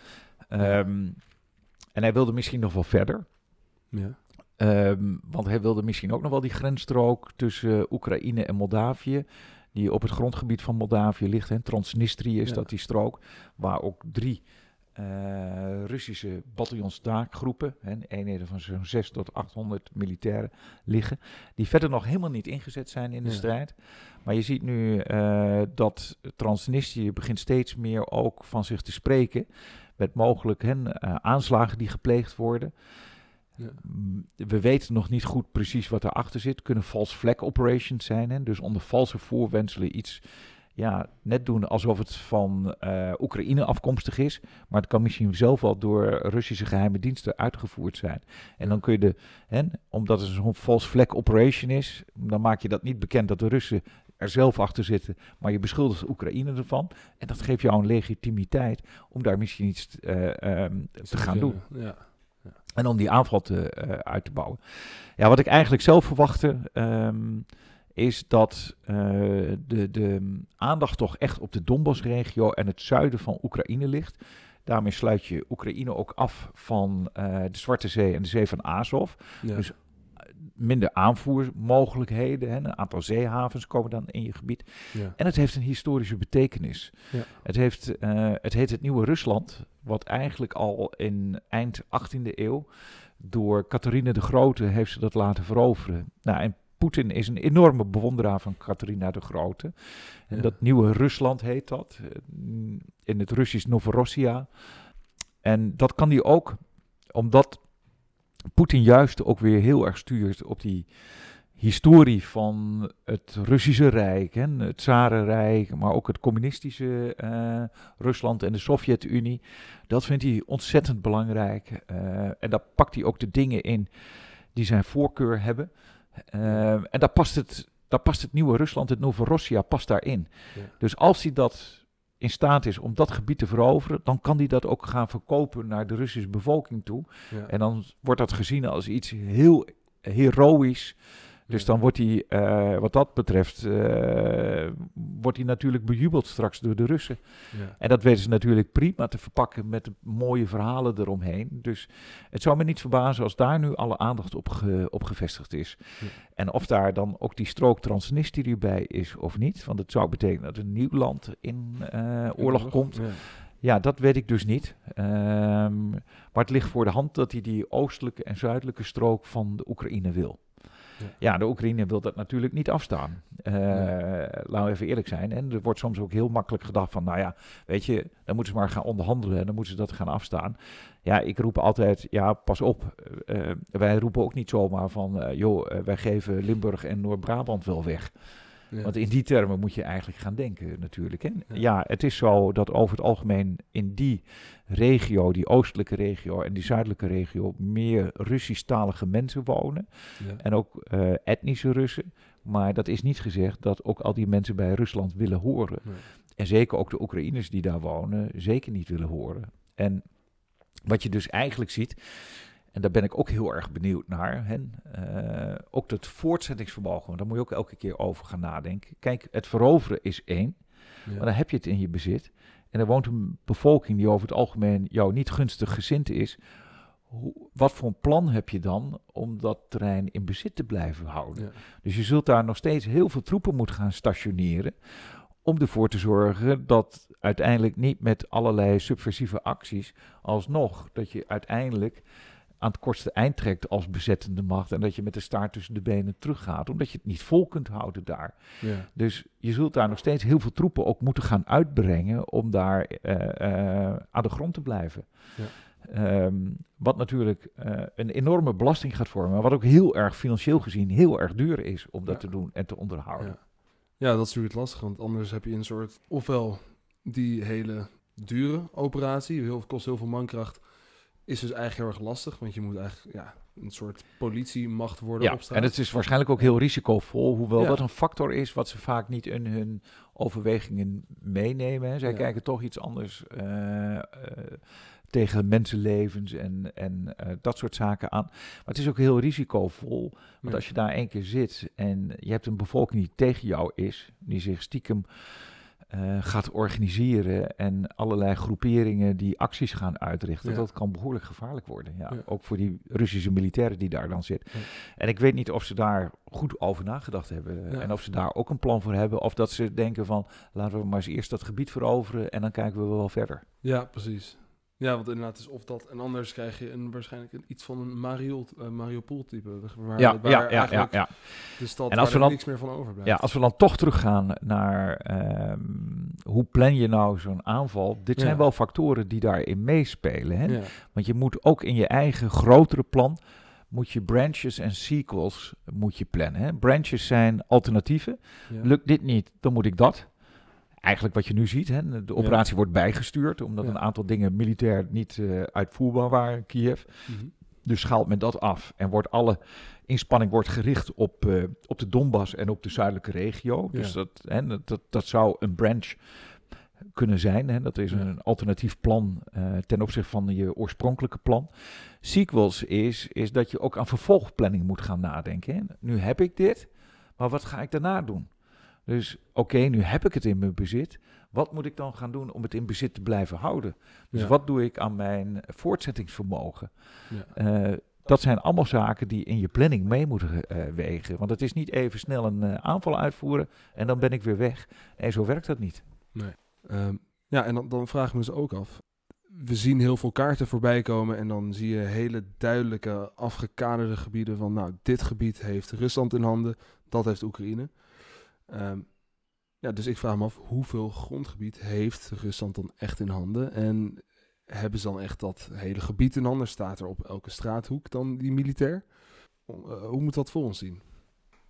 En hij wilde misschien nog wel verder. Ja. Want hij wilde misschien ook nog wel die grensstrook tussen Oekraïne en Moldavië, die op het grondgebied van Moldavië ligt. Hè. Transnistrië is dat die strook, waar ook 3 Russische bataljons-taakgroepen, eenheden van zo'n 600 tot 800 militairen liggen, die verder nog helemaal niet ingezet zijn in de strijd. Maar je ziet nu dat Transnistrië begint steeds meer ook van zich te spreken, met mogelijk aanslagen die gepleegd worden. Ja. We weten nog niet goed precies wat erachter zit. Kunnen false flag operations zijn, hè? Dus onder valse voorwendselen iets net doen alsof het van Oekraïne afkomstig is. Maar het kan misschien zelf wel door Russische geheime diensten uitgevoerd zijn. En dan kun je omdat het zo'n false flag operation is, dan maak je dat niet bekend dat de Russen er zelf achter zitten, maar je beschuldigt Oekraïne ervan. En dat geeft jou een legitimiteit om daar misschien iets te gaan doen. Ja. Ja. En om die aanval uit te bouwen. Ja, wat ik eigenlijk zelf verwachtte, is dat de aandacht toch echt op de Donbass-regio en het zuiden van Oekraïne ligt. Daarmee sluit je Oekraïne ook af van de Zwarte Zee en de Zee van Azov. Ja. Dus minder aanvoermogelijkheden. Een aantal zeehavens komen dan in je gebied. Ja. En het heeft een historische betekenis. Ja. Het heet het Nieuwe Rusland, wat eigenlijk al in eind 18e eeuw door Catharina de Grote heeft ze dat laten veroveren. Nou, en Poetin is een enorme bewonderaar van Catharina de Grote. En dat Nieuwe Rusland heet dat. In het Russisch Novorossiya. En dat kan hij ook, omdat Poetin juist ook weer heel erg stuurt op die historie van het Russische Rijk, hè, het Tsarenrijk, maar ook het communistische Rusland en de Sovjet-Unie. Dat vindt hij ontzettend belangrijk. En daar pakt hij ook de dingen in die zijn voorkeur hebben. En daar past het nieuwe Rusland, het Novorossiya, past daarin. Ja. Dus als hij dat in staat is om dat gebied te veroveren, dan kan hij dat ook gaan verkopen naar de Russische bevolking toe. Ja. En dan wordt dat gezien als iets heel heroïs. Dus dan wordt hij, wat dat betreft, wordt hij natuurlijk bejubeld straks door de Russen. Ja. En dat weten ze natuurlijk prima te verpakken met mooie verhalen eromheen. Dus het zou me niet verbazen als daar nu alle aandacht op gevestigd is. Ja. En of daar dan ook die strook Transnistrië bij is of niet. Want het zou betekenen dat een nieuw land in oorlog komt. Ja. Ja, dat weet ik dus niet. Maar het ligt voor de hand dat hij die oostelijke en zuidelijke strook van de Oekraïne wil. Ja, de Oekraïne wil dat natuurlijk niet afstaan. Laten we even eerlijk zijn. En er wordt soms ook heel makkelijk gedacht van, nou ja, weet je, dan moeten ze maar gaan onderhandelen en dan moeten ze dat gaan afstaan. Ja, ik roep altijd, ja, pas op. Wij roepen ook niet zomaar van, wij geven Limburg en Noord-Brabant wel weg. Ja. Want in die termen moet je eigenlijk gaan denken natuurlijk. Hè? Ja, het is zo dat over het algemeen in die regio, die oostelijke regio en die zuidelijke regio, meer Russisch-talige mensen wonen. Ja. En ook etnische Russen. Maar dat is niet gezegd dat ook al die mensen bij Rusland willen horen. Nee. En zeker ook de Oekraïners die daar wonen, zeker niet willen horen. En wat je dus eigenlijk ziet, en daar ben ik ook heel erg benieuwd naar, ook dat voortzettingsvermogen, want daar moet je ook elke keer over gaan nadenken. Kijk, het veroveren is één, maar dan heb je het in je bezit. En er woont een bevolking die over het algemeen jou niet gunstig gezind is. Wat voor een plan heb je dan om dat terrein in bezit te blijven houden? Ja. Dus je zult daar nog steeds heel veel troepen moeten gaan stationeren om ervoor te zorgen dat uiteindelijk niet met allerlei subversieve acties alsnog, dat je uiteindelijk aan het kortste eind trekt als bezettende macht en dat je met de staart tussen de benen teruggaat, omdat je het niet vol kunt houden daar. Ja. Dus je zult daar nog steeds heel veel troepen ook moeten gaan uitbrengen om daar aan de grond te blijven. Ja. Wat natuurlijk een enorme belasting gaat vormen, maar wat ook heel erg financieel gezien heel erg duur is om dat te doen en te onderhouden. Ja. Ja, dat is natuurlijk het lastige, want anders heb je een soort, ofwel die hele dure operatie, kost heel veel mankracht, is dus eigenlijk heel erg lastig, want je moet eigenlijk een soort politiemacht worden op straat. En het is waarschijnlijk ook heel risicovol, hoewel Ja. dat een factor is wat ze vaak niet in hun overwegingen meenemen. Hè. Zij Ja. kijken toch iets anders tegen mensenlevens en dat soort zaken aan. Maar het is ook heel risicovol, want Ja. als je daar één keer zit en je hebt een bevolking die tegen jou is, die zich stiekem gaat organiseren en allerlei groeperingen die acties gaan uitrichten, Ja. dat kan behoorlijk gevaarlijk worden. Ja. Ja. Ook voor die Russische militairen die daar dan zitten. Ja. En ik weet niet of ze daar goed over nagedacht hebben Ja. en of ze daar ook een plan voor hebben, of dat ze denken van, laten we maar eens eerst dat gebied veroveren en dan kijken we wel verder. Ja, precies. Ja, want inderdaad is of dat, en anders krijg je waarschijnlijk iets van een Mariupol-type, waar eigenlijk de stad En als waar we er dan- niks meer van overblijft. Ja, als we dan toch teruggaan naar hoe plan je nou zo'n aanval, dit zijn Ja. wel factoren die daarin meespelen. Hè? Ja. Want je moet ook in je eigen grotere plan, moet je branches en sequels moet je plannen. Hè? Branches zijn alternatieven. Ja. Lukt dit niet, dan moet ik dat. Eigenlijk wat je nu ziet, hè? De operatie wordt bijgestuurd, omdat Ja. een aantal dingen militair niet uitvoerbaar waren in Kiev. Mhm. Dus schaalt men dat af en wordt alle inspanning wordt gericht op de Donbass en op de zuidelijke regio. Ja. Dus dat zou een branch kunnen zijn. Hè? Dat is Ja. een alternatief plan ten opzichte van je oorspronkelijke plan. Sequels is dat je ook aan vervolgplanning moet gaan nadenken. Hè? Nu heb ik dit, maar wat ga ik daarna doen? Dus oké, nu heb ik het in mijn bezit. Wat moet ik dan gaan doen om het in bezit te blijven houden? Dus Ja. wat doe ik aan mijn voortzettingsvermogen? Ja. Dat zijn allemaal zaken die in je planning mee moeten wegen. Want het is niet even snel een aanval uitvoeren en dan ben ik weer weg. Nee, zo werkt dat niet. Ja, en dan vraag ik me dus ook af. We zien heel veel kaarten voorbij komen en dan zie je hele duidelijke afgekaderde gebieden van, nou, dit gebied heeft Rusland in handen, dat heeft Oekraïne. Dus ik vraag me af, hoeveel grondgebied heeft Rusland dan echt in handen? En hebben ze dan echt dat hele gebied in handen? Staat er op elke straathoek dan die militair? Hoe moet dat voor ons zien?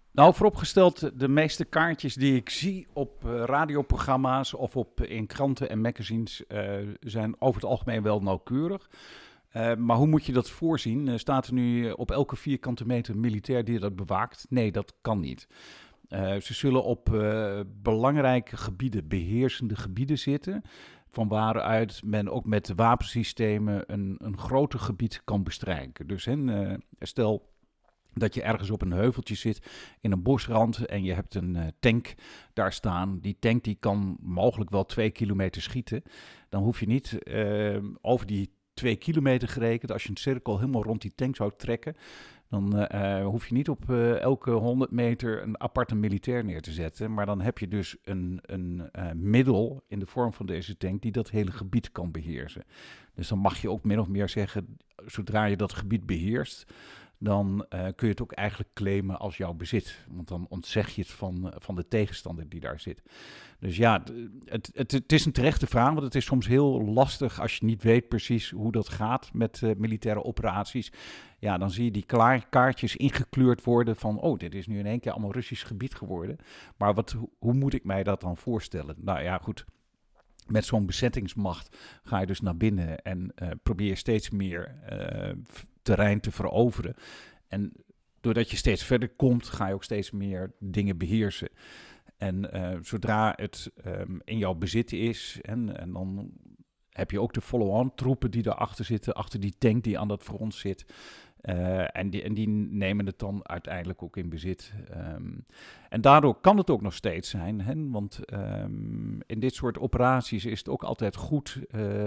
Nou, vooropgesteld, de meeste kaartjes die ik zie op radioprogramma's of in kranten en magazines zijn over het algemeen wel nauwkeurig. Maar hoe moet je dat voorzien? Staat er nu op elke vierkante meter een militair die dat bewaakt? Nee, dat kan niet. Ze zullen op belangrijke gebieden, beheersende gebieden zitten, van waaruit men ook met wapensystemen een groter gebied kan bestrijken. Dus stel dat je ergens op een heuveltje zit in een bosrand en je hebt een tank daar staan. Die tank die kan mogelijk wel 2 kilometer schieten. Dan hoef je niet over die 2 kilometer gerekend, als je een cirkel helemaal rond die tank zou trekken, dan hoef je niet op elke 100 meter een aparte militair neer te zetten. Maar dan heb je dus een middel in de vorm van deze tank die dat hele gebied kan beheersen. Dus dan mag je ook min of meer zeggen, zodra je dat gebied beheerst, dan kun je het ook eigenlijk claimen als jouw bezit. Want dan ontzeg je het van de tegenstander die daar zit. Dus ja, het is een terechte vraag, want het is soms heel lastig als je niet weet precies hoe dat gaat met militaire operaties. Ja, dan zie je die kaartjes ingekleurd worden van, dit is nu in één keer allemaal Russisch gebied geworden. Maar hoe moet ik mij dat dan voorstellen? Nou ja, goed. Met zo'n bezettingsmacht ga je dus naar binnen en probeer je steeds meer terrein te veroveren. En doordat je steeds verder komt, ga je ook steeds meer dingen beheersen. En zodra het in jouw bezit is, en dan heb je ook de follow-on troepen die daarachter zitten, achter die tank die aan dat front zit. En die nemen het dan uiteindelijk ook in bezit. En daardoor kan het ook nog steeds zijn. Want in dit soort operaties is het ook altijd goed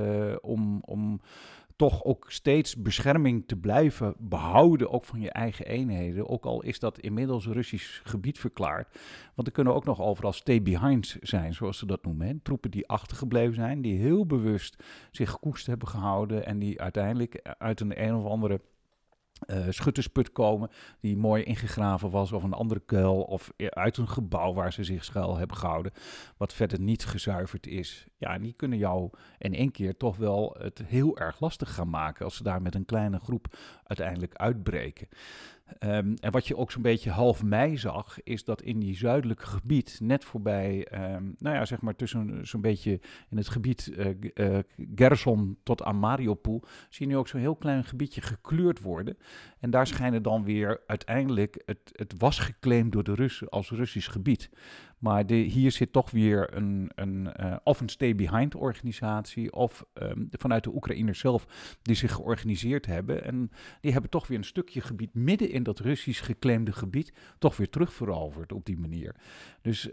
om toch ook steeds bescherming te blijven behouden, ook van je eigen eenheden. Ook al is dat inmiddels Russisch gebied verklaard. Want er kunnen ook nog overal stay-behinds zijn, zoals ze dat noemen. Troepen die achtergebleven zijn, die heel bewust zich gekoest hebben gehouden en die uiteindelijk uit een of andere schuttersput komen die mooi ingegraven was, of een andere kuil, of uit een gebouw waar ze zich schuil hebben gehouden, wat verder niet gezuiverd is. Ja, en die kunnen jou in één keer toch wel het heel erg lastig gaan maken als ze daar met een kleine groep uiteindelijk uitbreken. En wat je ook zo'n beetje half mei zag, is dat in die zuidelijke gebied, net voorbij, zeg maar tussen zo'n beetje in het gebied Gerson tot aan Mariupol, zie je nu ook zo'n heel klein gebiedje gekleurd worden. En daar schijnen dan weer uiteindelijk, het was geclaimd door de Russen als Russisch gebied. Maar hier zit toch weer of een stay-behind organisatie of vanuit de Oekraïners zelf die zich georganiseerd hebben. En die hebben toch weer een stukje gebied midden in dat Russisch geclaimde gebied toch weer terugveroverd op die manier. Dus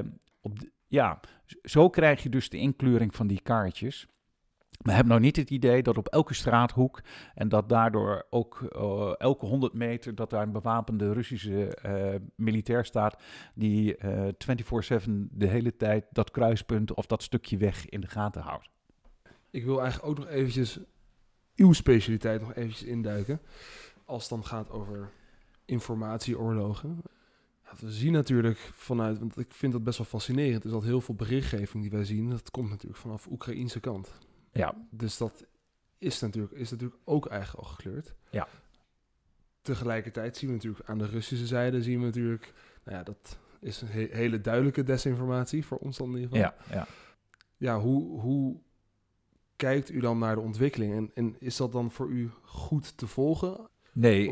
zo krijg je dus de inkleuring van die kaartjes. We hebben nou niet het idee dat op elke straathoek en dat daardoor ook elke 100 meter dat daar een bewapende Russische militair staat die 24/7 de hele tijd dat kruispunt of dat stukje weg in de gaten houdt. Ik wil eigenlijk ook nog eventjes uw specialiteit nog eventjes induiken. Als het dan gaat over informatieoorlogen. We zien natuurlijk vanuit, want ik vind dat best wel fascinerend, is dat heel veel berichtgeving die wij zien, dat komt natuurlijk vanaf de Oekraïnse kant. Ja. Dus dat is natuurlijk ook eigenlijk al gekleurd. Ja. Tegelijkertijd zien we natuurlijk aan de Russische zijde, dat is een hele duidelijke desinformatie voor ons dan in ieder geval. Ja, hoe kijkt u dan naar de ontwikkeling? En is dat dan voor u goed te volgen? Nee,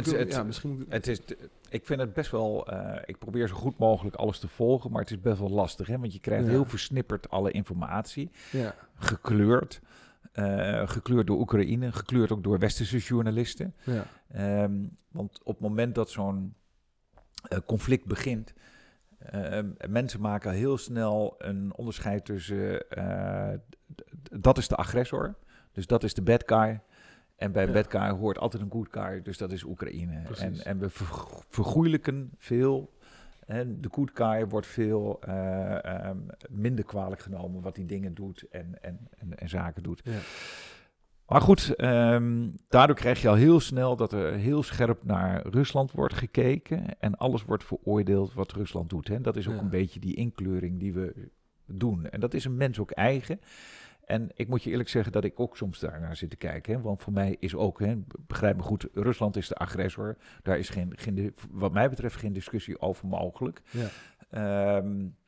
ik vind het best wel, ik probeer zo goed mogelijk alles te volgen, maar het is best wel lastig, hè? Want je krijgt heel versnipperd alle informatie, gekleurd door Oekraïne, gekleurd ook door westerse journalisten. Ja. Want op het moment dat zo'n conflict begint, mensen maken heel snel een onderscheid tussen, dat is de agressor, dus dat is de bad guy. En bij bad guy hoort altijd een good guy, dus dat is Oekraïne. En we vergoeilijken veel. En de good guy wordt veel minder kwalijk genomen wat die dingen doet en zaken doet. Ja. Maar goed, daardoor krijg je al heel snel dat er heel scherp naar Rusland wordt gekeken. En alles wordt veroordeeld wat Rusland doet. Hè. Dat is ook een beetje die inkleuring die we doen. En dat is een mens ook eigen. En ik moet je eerlijk zeggen dat ik ook soms daar naar zit te kijken. Hè? Want voor mij is ook, begrijp me goed, Rusland is de agressor. Daar is wat mij betreft geen discussie over mogelijk. Ja.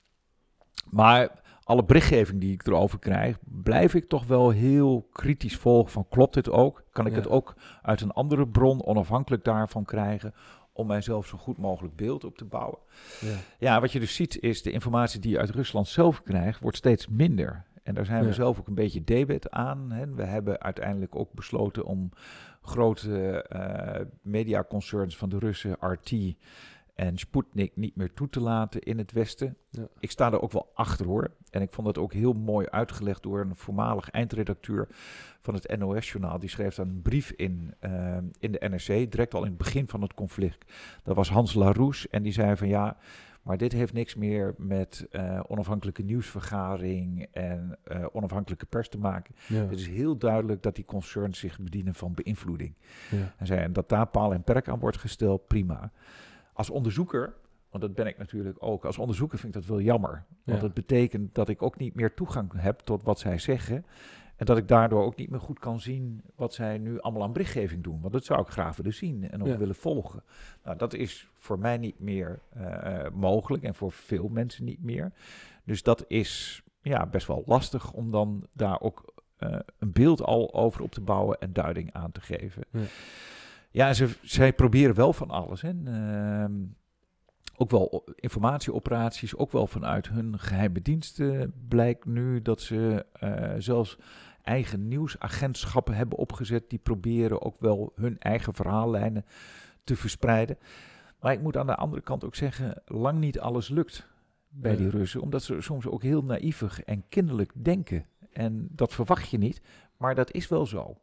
Maar alle berichtgeving die ik erover krijg, blijf ik toch wel heel kritisch volgen van klopt dit ook? Kan ik het ook uit een andere bron onafhankelijk daarvan krijgen om mijzelf zo goed mogelijk beeld op te bouwen? Ja, wat je dus ziet is de informatie die je uit Rusland zelf krijgt, wordt steeds minder. En daar zijn we zelf ook een beetje debet aan. Hè. We hebben uiteindelijk ook besloten om grote mediaconcerns van de Russen, RT en Sputnik, niet meer toe te laten in het Westen. Ja. Ik sta er ook wel achter hoor. En ik vond dat ook heel mooi uitgelegd door een voormalig eindredacteur van het NOS-journaal. Die schreef dan een brief in de NRC, direct al in het begin van het conflict. Dat was Hans Laroes en die zei van ja, maar dit heeft niks meer met onafhankelijke nieuwsvergadering en onafhankelijke pers te maken. Ja. Het is heel duidelijk dat die concerns zich bedienen van beïnvloeding. Ja. En dat daar paal en perk aan wordt gesteld, prima. Als onderzoeker, want dat ben ik natuurlijk ook, als onderzoeker vind ik dat wel jammer. Want dat betekent dat ik ook niet meer toegang heb tot wat zij zeggen. En dat ik daardoor ook niet meer goed kan zien wat zij nu allemaal aan berichtgeving doen. Want dat zou ik graag willen zien en ook willen volgen. Nou, dat is voor mij niet meer mogelijk en voor veel mensen niet meer. Dus dat is best wel lastig om dan daar ook een beeld al over op te bouwen en duiding aan te geven. Ja, zij proberen wel van alles. Hè. Ook wel informatieoperaties, ook wel vanuit hun geheime diensten blijkt nu dat ze zelfs eigen nieuwsagentschappen hebben opgezet. Die proberen ook wel hun eigen verhaallijnen te verspreiden. Maar ik moet aan de andere kant ook zeggen, lang niet alles lukt bij die Russen. Omdat ze soms ook heel naïevig en kinderlijk denken. En dat verwacht je niet, maar dat is wel zo.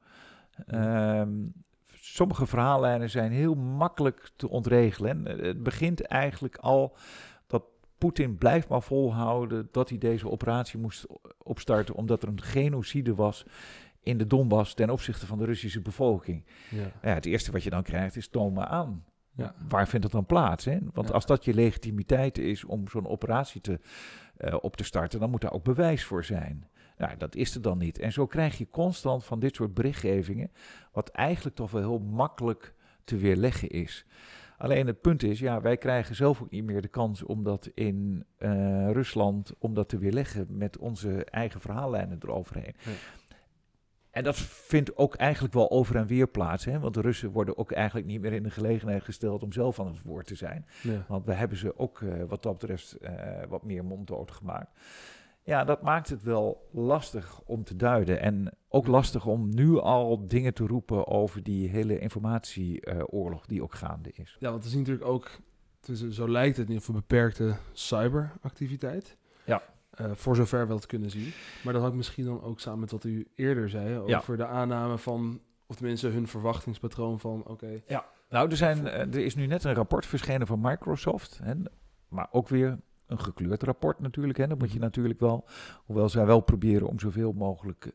Sommige verhaallijnen zijn heel makkelijk te ontregelen. Het begint eigenlijk al dat Poetin blijft maar volhouden dat hij deze operatie moest opstarten omdat er een genocide was in de Donbass ten opzichte van de Russische bevolking. Het eerste wat je dan krijgt is toon maar aan. Waar vindt het dan plaats? Hè? Want als dat je legitimiteit is om zo'n operatie op te starten, dan moet daar ook bewijs voor zijn. Nou, dat is er dan niet. En zo krijg je constant van dit soort berichtgevingen, wat eigenlijk toch wel heel makkelijk te weerleggen is. Alleen het punt is, wij krijgen zelf ook niet meer de kans om dat in Rusland, om dat te weerleggen met onze eigen verhaallijnen eroverheen. En dat vindt ook eigenlijk wel over en weer plaats. Hè? Want de Russen worden ook eigenlijk niet meer in de gelegenheid gesteld om zelf aan het woord te zijn. Want we hebben ze ook wat dat betreft wat meer monddood gemaakt. Ja, dat maakt het wel lastig om te duiden. En ook lastig om nu al dingen te roepen over die hele informatieoorlog die ook gaande is. Ja, want het is natuurlijk ook, zo lijkt het in ieder geval, beperkte cyberactiviteit. Ja. Voor zover we dat kunnen zien. Maar dat hangt misschien dan ook samen met wat u eerder zei, over de aanname van, of tenminste hun verwachtingspatroon van, Ja, nou er is nu net een rapport verschenen van Microsoft, maar ook weer een gekleurd rapport natuurlijk. Hè. Dat moet je natuurlijk wel, hoewel zij wel proberen om zoveel mogelijk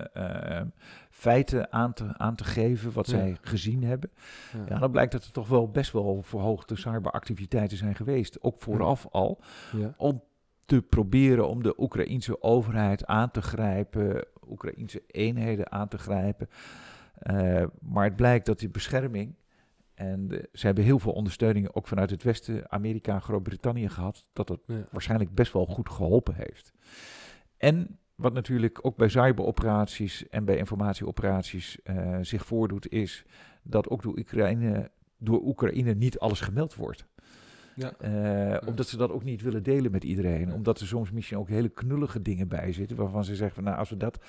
feiten aan te geven wat zij gezien hebben. Ja, dan blijkt dat er toch wel best wel verhoogde cyberactiviteiten zijn geweest. Ook vooraf al. Ja. Om te proberen om de Oekraïense overheid aan te grijpen, Oekraïense eenheden aan te grijpen. Maar het blijkt dat die bescherming, en ze hebben heel veel ondersteuning ook vanuit het Westen, Amerika en Groot-Brittannië gehad, dat het waarschijnlijk best wel goed geholpen heeft. En wat natuurlijk ook bij cyberoperaties en bij informatieoperaties zich voordoet, is dat ook door Oekraïne niet alles gemeld wordt. Omdat ze dat ook niet willen delen met iedereen. Omdat er soms misschien ook hele knullige dingen bij zitten, waarvan ze zeggen van, nou, als we dat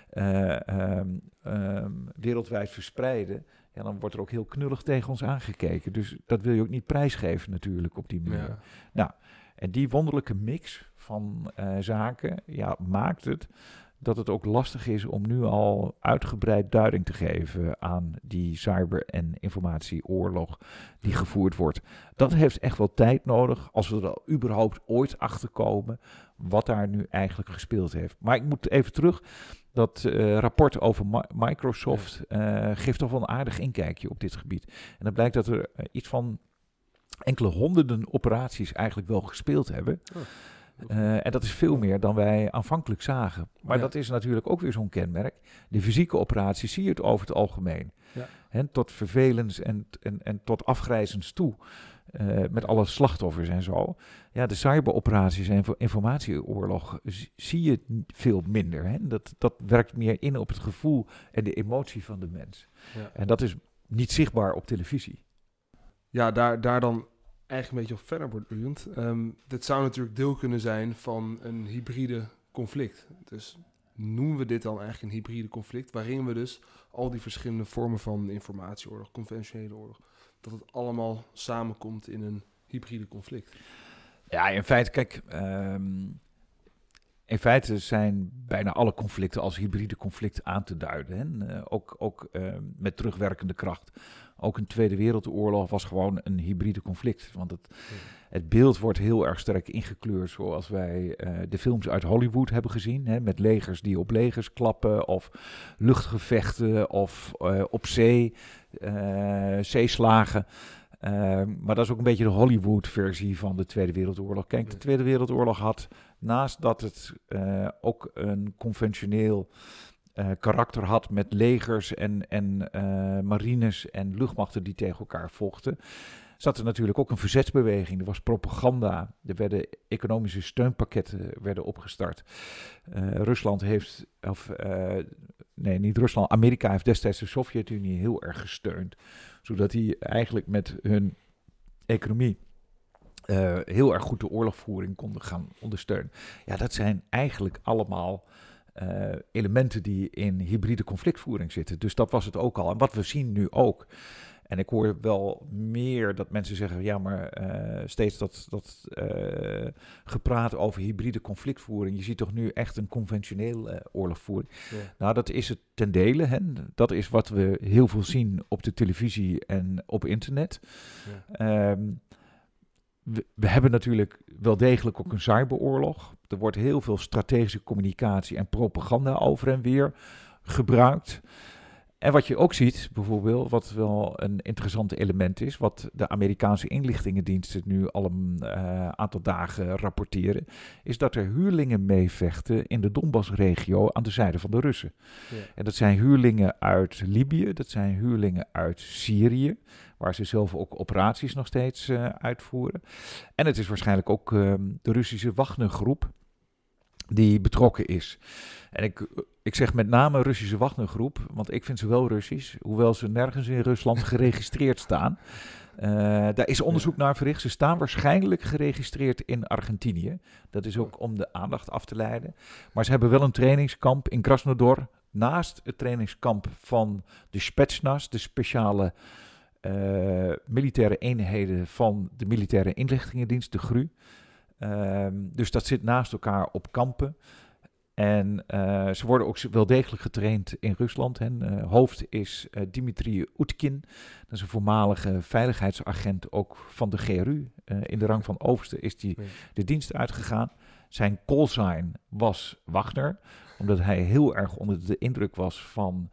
wereldwijd verspreiden, dan wordt er ook heel knullig tegen ons aangekeken. Dus dat wil je ook niet prijsgeven natuurlijk op die manier. Ja. Nou, en die wonderlijke mix van zaken maakt het dat het ook lastig is om nu al uitgebreid duiding te geven aan die cyber- en informatieoorlog die gevoerd wordt. Dat heeft echt wel tijd nodig als we er überhaupt ooit achter komen wat daar nu eigenlijk gespeeld heeft. Maar ik moet even terug. Dat rapport over Microsoft geeft toch wel een aardig inkijkje op dit gebied. En dan blijkt dat er iets van enkele honderden operaties eigenlijk wel gespeeld hebben. En dat is veel meer dan wij aanvankelijk zagen. Maar dat is natuurlijk ook weer zo'n kenmerk. De fysieke operaties zie je het over het algemeen. Ja. Tot vervelens en tot afgrijzens toe. Met alle slachtoffers en zo. Ja, de cyberoperaties en informatieoorlog zie je veel minder. Hè? Dat werkt meer in op het gevoel en de emotie van de mens. Ja. En dat is niet zichtbaar op televisie. Ja, daar dan eigenlijk een beetje op verder borduurend. Dit zou natuurlijk deel kunnen zijn van een hybride conflict. Dus noemen we dit dan eigenlijk een hybride conflict, waarin we dus al die verschillende vormen van informatieoorlog, conventionele oorlog, dat het allemaal samenkomt in een hybride conflict. Ja, in feite, kijk, in feite zijn bijna alle conflicten als hybride conflict aan te duiden. Hè? Ook met terugwerkende kracht. Ook een Tweede Wereldoorlog was gewoon een hybride conflict. Want het beeld wordt heel erg sterk ingekleurd zoals wij de films uit Hollywood hebben gezien. Hè, met legers die op legers klappen of luchtgevechten of op zee, zeeslagen. Maar dat is ook een beetje de Hollywood-versie van de Tweede Wereldoorlog. Kijk, de Tweede Wereldoorlog had, naast dat het ook een conventioneel karakter had met legers en marines en luchtmachten die tegen elkaar vochten, zat er natuurlijk ook een verzetsbeweging. Er was propaganda. Er werden economische steunpakketten opgestart. Rusland heeft, niet Rusland, Amerika heeft destijds de Sovjet-Unie heel erg gesteund. Zodat die eigenlijk met hun economie heel erg goed de oorlogvoering konden gaan ondersteunen. Ja, dat zijn eigenlijk allemaal elementen die in hybride conflictvoering zitten. Dus dat was het ook al. En wat we zien nu ook. En ik hoor wel meer dat mensen zeggen, ja, maar steeds dat gepraat over hybride conflictvoering. Je ziet toch nu echt een conventioneel oorlogvoering. Ja. Nou, dat is het ten dele. Hè. Dat is wat we heel veel zien op de televisie en op internet. Ja. We hebben natuurlijk wel degelijk ook een cyberoorlog. Er wordt heel veel strategische communicatie en propaganda over en weer gebruikt. En wat je ook ziet, bijvoorbeeld, wat wel een interessant element is, wat de Amerikaanse inlichtingendiensten nu al een aantal dagen rapporteren, is dat er huurlingen meevechten in de Donbass-regio aan de zijde van de Russen. Ja. En dat zijn huurlingen uit Libië, dat zijn huurlingen uit Syrië, waar ze zelf ook operaties nog steeds uitvoeren. En het is waarschijnlijk ook de Russische Wagner-groep die betrokken is. En ik zeg met name Russische Wagner-groep, want ik vind ze wel Russisch, hoewel ze nergens in Rusland geregistreerd staan. Daar is onderzoek naar verricht. Ze staan waarschijnlijk geregistreerd in Argentinië. Dat is ook om de aandacht af te leiden. Maar ze hebben wel een trainingskamp in Krasnodar, naast het trainingskamp van de Spetsnaz, de speciale militaire eenheden van de militaire inlichtingendienst, de GRU. Dus dat zit naast elkaar op kampen. En ze worden ook wel degelijk getraind in Rusland. Hoofd is Dmitri Utkin. Dat is een voormalige veiligheidsagent ook van de GRU. In de rang van overste is hij de dienst uitgegaan. Zijn callsign was Wagner, omdat hij heel erg onder de indruk was van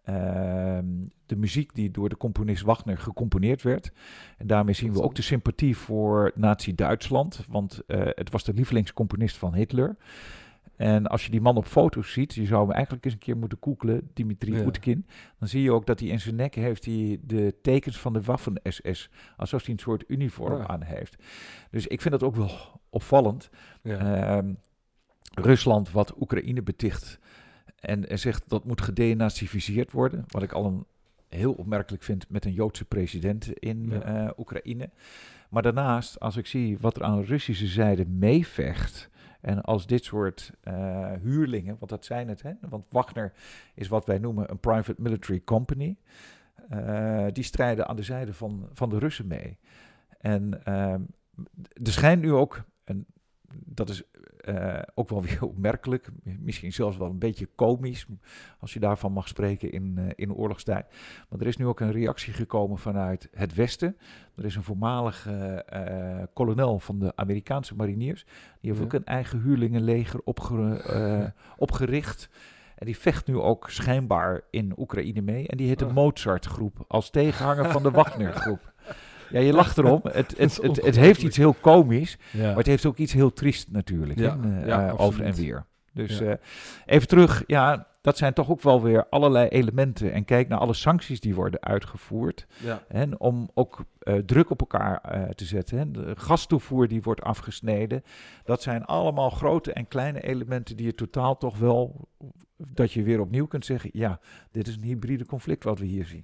de muziek die door de componist Wagner gecomponeerd werd. En daarmee zien we ook de sympathie voor Nazi-Duitsland, want het was de lievelingscomponist van Hitler. En als je die man op foto's ziet, je zou hem eigenlijk eens een keer moeten googlen, Dmitri Utkin, dan zie je ook dat hij in zijn nek heeft de tekens van de Waffen-SS, alsof hij een soort uniform aan heeft. Dus ik vind dat ook wel opvallend. Ja. Rusland, wat Oekraïne beticht en zegt dat moet gedenazificeerd worden, wat ik al een heel opmerkelijk vind met een Joodse president in Oekraïne. Maar daarnaast, als ik zie wat er aan de Russische zijde meevecht, en als dit soort huurlingen, want dat zijn het, hè? Want Wagner is wat wij noemen een private military company, die strijden aan de zijde van de Russen mee. En er schijnt nu ook, en dat is ook wel weer opmerkelijk, misschien zelfs wel een beetje komisch, als je daarvan mag spreken in oorlogstijd. Maar er is nu ook een reactie gekomen vanuit het Westen. Er is een voormalige kolonel van de Amerikaanse mariniers. Die heeft ook een eigen huurlingenleger opgericht. En die vecht nu ook schijnbaar in Oekraïne mee. En die heet de Mozart-groep, als tegenhanger van de Wagner-groep. Ja, je lacht erom. Het heeft iets heel komisch, maar het heeft ook iets heel triest natuurlijk. Over en weer. Dus even terug, dat zijn toch ook wel weer allerlei elementen. En kijk naar alle sancties die worden uitgevoerd. Ja. En om ook druk op elkaar te zetten. Hè. De gastoevoer die wordt afgesneden. Dat zijn allemaal grote en kleine elementen die je totaal toch wel... dat je weer opnieuw kunt zeggen... dit is een hybride conflict wat we hier zien.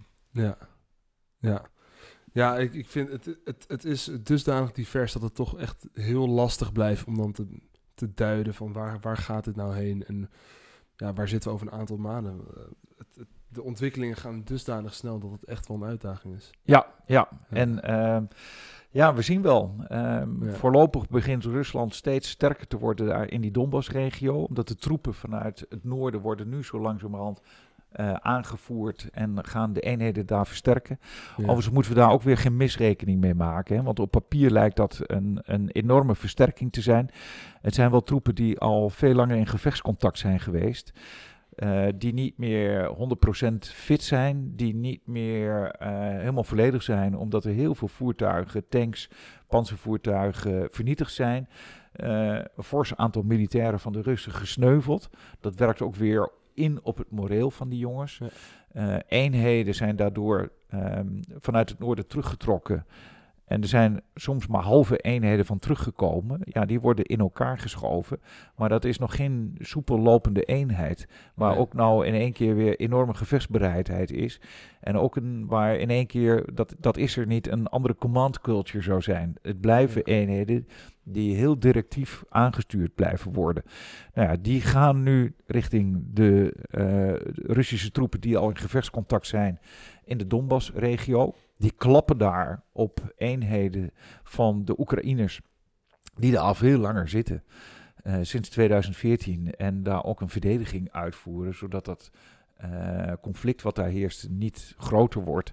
Ja, ik vind het is dusdanig divers dat het toch echt heel lastig blijft om dan te duiden van waar gaat het nou heen en waar zitten we over een aantal maanden. De ontwikkelingen gaan dusdanig snel dat het echt wel een uitdaging is. Ja. En we zien wel. Voorlopig begint Rusland steeds sterker te worden daar in die Donbass-regio, omdat de troepen vanuit het noorden worden nu zo langzamerhand aangevoerd en gaan de eenheden daar versterken. Overigens moeten we daar ook weer geen misrekening mee maken. Hè? Want op papier lijkt dat een enorme versterking te zijn. Het zijn wel troepen die al veel langer in gevechtscontact zijn geweest. Die niet meer 100% fit zijn. Die niet meer helemaal volledig zijn. Omdat er heel veel voertuigen, tanks, pantservoertuigen vernietigd zijn. Een fors aantal militairen van de Russen gesneuveld. Dat werkt ook weer in op het moreel van die jongens. Eenheden zijn daardoor vanuit het noorden teruggetrokken. En er zijn soms maar halve eenheden van teruggekomen. Ja, die worden in elkaar geschoven. Maar dat is nog geen soepel lopende eenheid. Waar ook nou in één keer weer enorme gevechtsbereidheid is. En ook waar in één keer, dat is er niet, een andere command culture zou zijn. Het blijven eenheden die heel directief aangestuurd blijven worden. Nou ja, die gaan nu richting de Russische troepen die al in gevechtscontact zijn in de Donbass-regio. Die klappen daar op eenheden van de Oekraïners die daar al veel langer zitten, sinds 2014. En daar ook een verdediging uitvoeren, zodat dat conflict wat daar heerst niet groter wordt.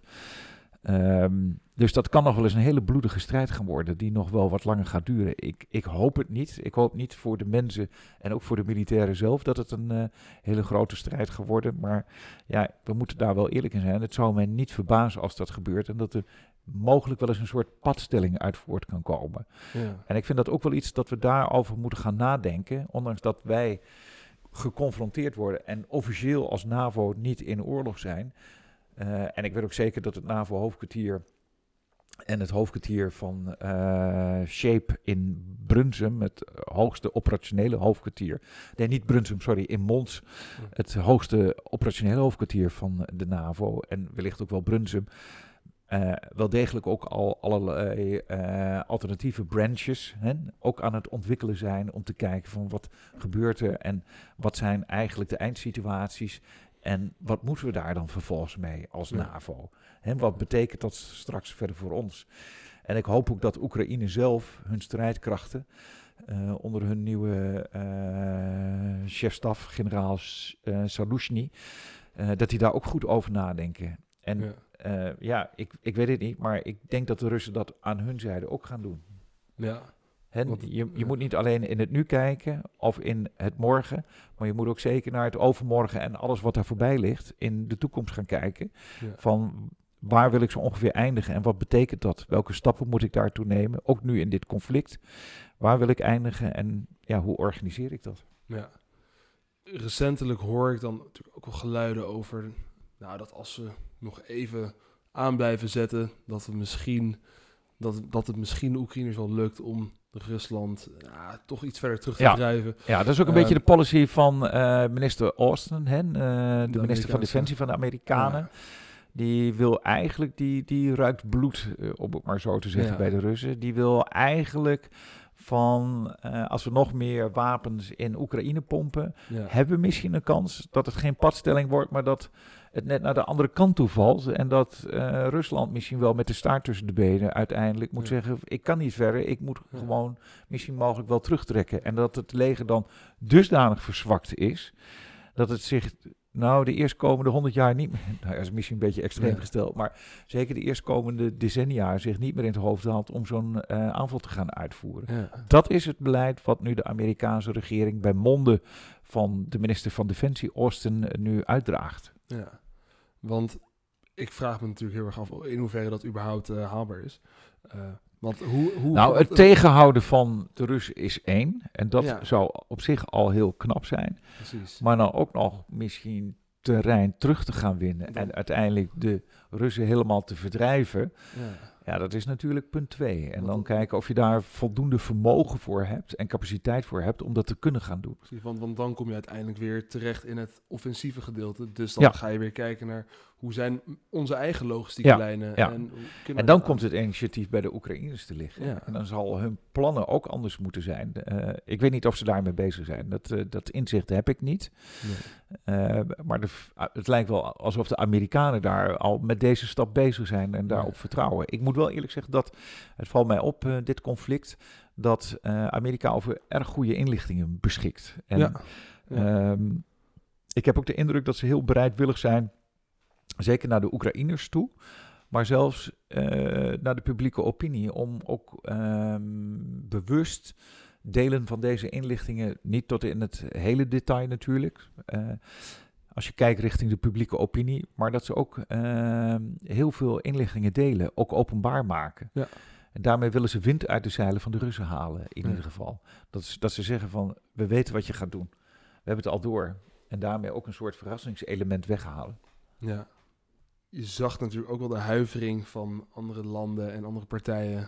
Dus dat kan nog wel eens een hele bloedige strijd gaan worden, die nog wel wat langer gaat duren. Ik hoop het niet. Ik hoop niet voor de mensen en ook voor de militairen zelf dat het een hele grote strijd gaat worden. Maar we moeten daar wel eerlijk in zijn. Het zou mij niet verbazen als dat gebeurt en dat er mogelijk wel eens een soort padstelling uit voort kan komen. Ja. En ik vind dat ook wel iets dat we daarover moeten gaan nadenken, ondanks dat wij geconfronteerd worden en officieel als NAVO niet in oorlog zijn. En ik weet ook zeker dat het NAVO-hoofdkwartier en het hoofdkwartier van SHAPE in Brunsum, het hoogste operationele hoofdkwartier. Nee, niet Brunsum, sorry, in Mons. Het hoogste operationele hoofdkwartier van de NAVO en wellicht ook wel Brunsum. Wel degelijk ook al allerlei alternatieve branches ook aan het ontwikkelen zijn om te kijken van wat gebeurt er en wat zijn eigenlijk de eindsituaties. En wat moeten we daar dan vervolgens mee als NAVO? Wat betekent dat straks verder voor ons? En ik hoop ook dat Oekraïne zelf hun strijdkrachten onder hun nieuwe chef-staf, generaal Zaluzhny, dat die daar ook goed over nadenken. En ik weet het niet, maar ik denk dat de Russen dat aan hun zijde ook gaan doen. Ja. Je moet niet alleen in het nu kijken of in het morgen, maar je moet ook zeker naar het overmorgen en alles wat daar voorbij ligt in de toekomst gaan kijken. Ja. Van waar wil ik zo ongeveer eindigen en wat betekent dat? Welke stappen moet ik daartoe nemen? Ook nu in dit conflict. Waar wil ik eindigen en hoe organiseer ik dat? Ja. Recentelijk hoor ik dan natuurlijk ook wel geluiden over dat als we nog even aan blijven zetten, dat het misschien de Oekraïners wel lukt om Rusland toch iets verder terug te drijven. Ja, dat is ook een beetje de policy van minister Austin, de minister van Defensie van de Amerikanen. Ja. Die wil eigenlijk, die ruikt bloed, om het maar zo te zeggen, bij de Russen. Die wil eigenlijk van, als we nog meer wapens in Oekraïne pompen, hebben we misschien een kans dat het geen padstelling wordt, maar dat het net naar de andere kant toe valt. En dat Rusland misschien wel met de staart tussen de benen uiteindelijk moet zeggen, ik kan niet verder, ik moet gewoon misschien mogelijk wel terugtrekken. En dat het leger dan dusdanig verzwakt is, dat het zich de eerstkomende 100 jaar niet meer, dat is misschien een beetje extreem gesteld, maar zeker de eerstkomende decennia zich niet meer in het hoofd haalt om zo'n aanval te gaan uitvoeren. Ja. Dat is het beleid wat nu de Amerikaanse regering bij monde van de minister van Defensie, Austin, nu uitdraagt. Ja, want ik vraag me natuurlijk heel erg af in hoeverre dat überhaupt haalbaar is. Want het tegenhouden van de Russen is één. En dat Ja. zou op zich al heel knap zijn. Precies. Maar dan ook nog misschien terrein terug te gaan winnen. En uiteindelijk de Russen helemaal te verdrijven. Ja, dat is natuurlijk punt 2. En dan kijken of je daar voldoende vermogen voor hebt en capaciteit voor hebt om dat te kunnen gaan doen. Precies, want dan kom je uiteindelijk weer terecht in het offensieve gedeelte. Dus dan ga je weer kijken naar hoe zijn onze eigen logistieke lijnen. Ja. En dan komt het initiatief bij de Oekraïners te liggen. Ja. En dan zal hun plannen ook anders moeten zijn. Ik weet niet of ze daarmee bezig zijn. Dat inzicht heb ik niet. Nee. Maar het lijkt wel alsof de Amerikanen daar al met deze stap bezig zijn en daarop vertrouwen. Ik moet wel eerlijk zeggen dat, het valt mij op, dit conflict, dat Amerika over erg goede inlichtingen beschikt. En ik heb ook de indruk dat ze heel bereidwillig zijn, zeker naar de Oekraïners toe, maar zelfs naar de publieke opinie, om ook bewust delen van deze inlichtingen, niet tot in het hele detail natuurlijk, als je kijkt richting de publieke opinie, maar dat ze ook heel veel inlichtingen delen, ook openbaar maken. Ja. En daarmee willen ze wind uit de zeilen van de Russen halen, in ieder geval. Dat ze zeggen van, we weten wat je gaat doen. We hebben het al door. En daarmee ook een soort verrassingselement weghalen. Ja. Je zag natuurlijk ook wel de huivering van andere landen en andere partijen,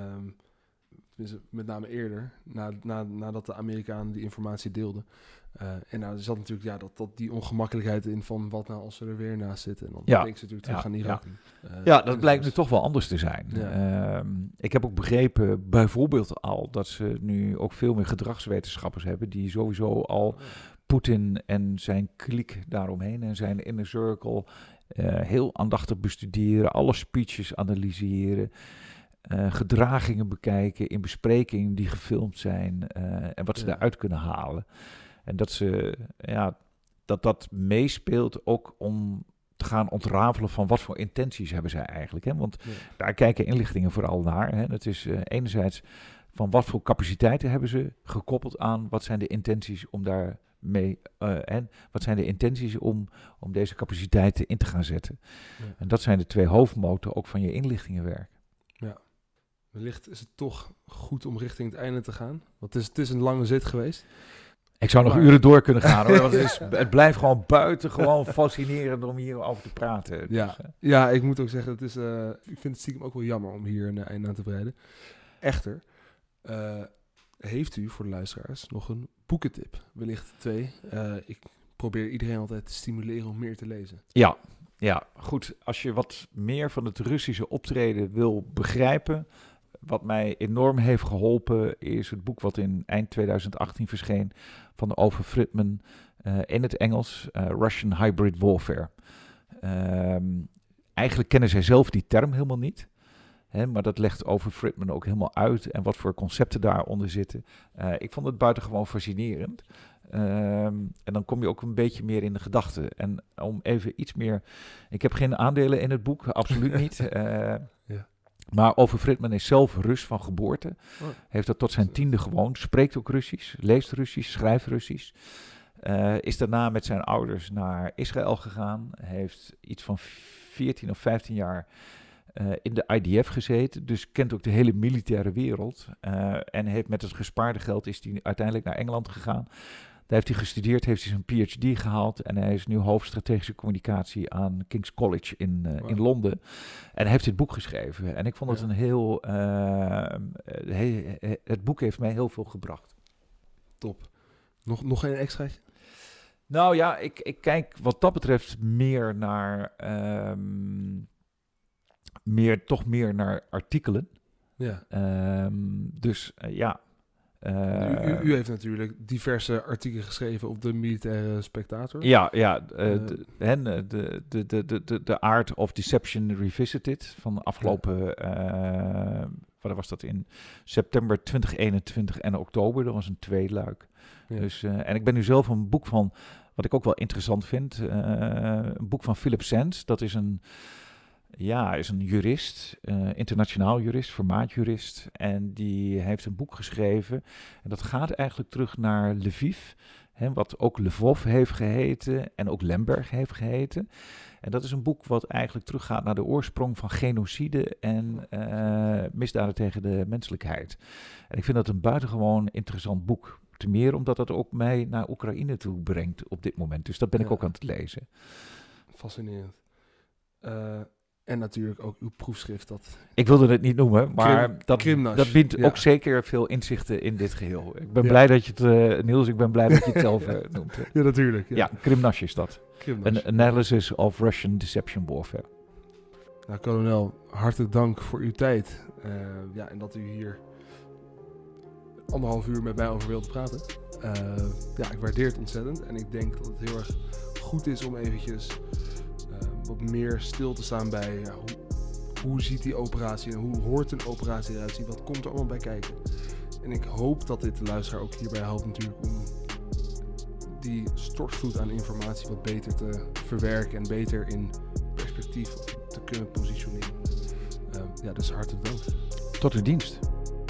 met name eerder, nadat de Amerikanen die informatie deelden. En nou, er zat natuurlijk die ongemakkelijkheid in van wat nou als ze er weer naast zitten. En dan denken ze natuurlijk terug aan Irak. Dat blijkt nu toch wel anders te zijn. Ja. Ik heb ook begrepen bijvoorbeeld al dat ze nu ook veel meer gedragswetenschappers hebben die sowieso al Poetin en zijn kliek daaromheen en zijn inner circle heel aandachtig bestuderen, alle speeches analyseren, gedragingen bekijken in besprekingen die gefilmd zijn en wat ze daaruit kunnen halen. En dat ze dat meespeelt ook om te gaan ontrafelen van wat voor intenties hebben zij eigenlijk. Hè? Want daar kijken inlichtingen vooral naar. Hè? Dat is enerzijds van wat voor capaciteiten hebben ze gekoppeld aan wat zijn de intenties om daar mee en wat zijn de intenties om deze capaciteiten in te gaan zetten. Ja. En dat zijn de 2 hoofdmoten ook van je inlichtingenwerk. Ja. Wellicht is het toch goed om richting het einde te gaan. Want het is een lange zit geweest. Ik zou nog uren door kunnen gaan hoor. Want het blijft gewoon buitengewoon fascinerend om hierover te praten. Ja, dus, ik moet ook zeggen, ik vind het stiekem ook wel jammer om hier een einde aan te breiden. Echter, heeft u voor de luisteraars nog een boekentip? Wellicht 2. Ik probeer iedereen altijd te stimuleren om meer te lezen. Ja, goed. Als je wat meer van het Russische optreden wil begrijpen, wat mij enorm heeft geholpen, is het boek wat in eind 2018 verscheen van Ove Friedman in het Engels, Russian Hybrid Warfare. Eigenlijk kennen zij zelf die term helemaal niet. Maar dat legt Ove Friedman ook helemaal uit en wat voor concepten daaronder zitten. Ik vond het buitengewoon fascinerend. En dan kom je ook een beetje meer in de gedachten. En om even iets meer... Ik heb geen aandelen in het boek, absoluut niet. Maar Ove Friedman is zelf Rus van geboorte. Heeft dat tot zijn 10e gewoond. Spreekt ook Russisch, leest Russisch, schrijft Russisch. Is daarna met zijn ouders naar Israël gegaan. Heeft iets van 14 of 15 jaar in de IDF gezeten. Dus kent ook de hele militaire wereld. En heeft met het gespaarde geld is hij uiteindelijk naar Engeland gegaan. Daar heeft hij gestudeerd, heeft hij zijn PhD gehaald. En hij is nu hoofd strategische communicatie aan King's College in Londen. En hij heeft dit boek geschreven. En ik vond het een heel... het boek heeft mij heel veel gebracht. Top. Nog een extraatje? Nou ja, ik kijk wat dat betreft meer naar... meer naar artikelen. Ja. U heeft natuurlijk diverse artikelen geschreven op de Militaire Spectator. The Art of Deception Revisited van de afgelopen, wat was dat, in september 2021 en oktober. Dat was een 2-luik. Ja. Dus, en ik ben nu zelf een boek van, wat ik ook wel interessant vind, een boek van Philip Sands. Dat is een jurist, internationaal jurist, formaatjurist. En die heeft een boek geschreven. En dat gaat eigenlijk terug naar Lviv wat ook Lvov heeft geheten en ook Lemberg heeft geheten. En dat is een boek wat eigenlijk teruggaat naar de oorsprong van genocide en misdaden tegen de menselijkheid. En ik vind dat een buitengewoon interessant boek. Ten meer omdat dat ook mij naar Oekraïne toe brengt op dit moment. Dus dat ben ik ook aan het lezen. Fascinerend. En natuurlijk ook uw proefschrift. Ik wilde het niet noemen, maar dat biedt ook zeker veel inzichten in dit geheel. Ik ben blij dat je het, Niels, ik ben blij dat je het zelf noemt. Ja, natuurlijk. Ja, Krimnash is dat. An Analysis of Russian Deception Warfare. Nou, kolonel, hartelijk dank voor uw tijd. En dat u hier 1,5 uur met mij over wilde praten. Ik waardeer het ontzettend. En ik denk dat het heel erg goed is om eventjes wat meer stil te staan bij hoe ziet die operatie en hoe hoort een operatie eruit zien. Wat komt er allemaal bij kijken. En ik hoop dat dit de luisteraar ook hierbij helpt natuurlijk om die stortvloed aan informatie wat beter te verwerken en beter in perspectief te kunnen positioneren. Dus hartelijk dank. Tot uw dienst.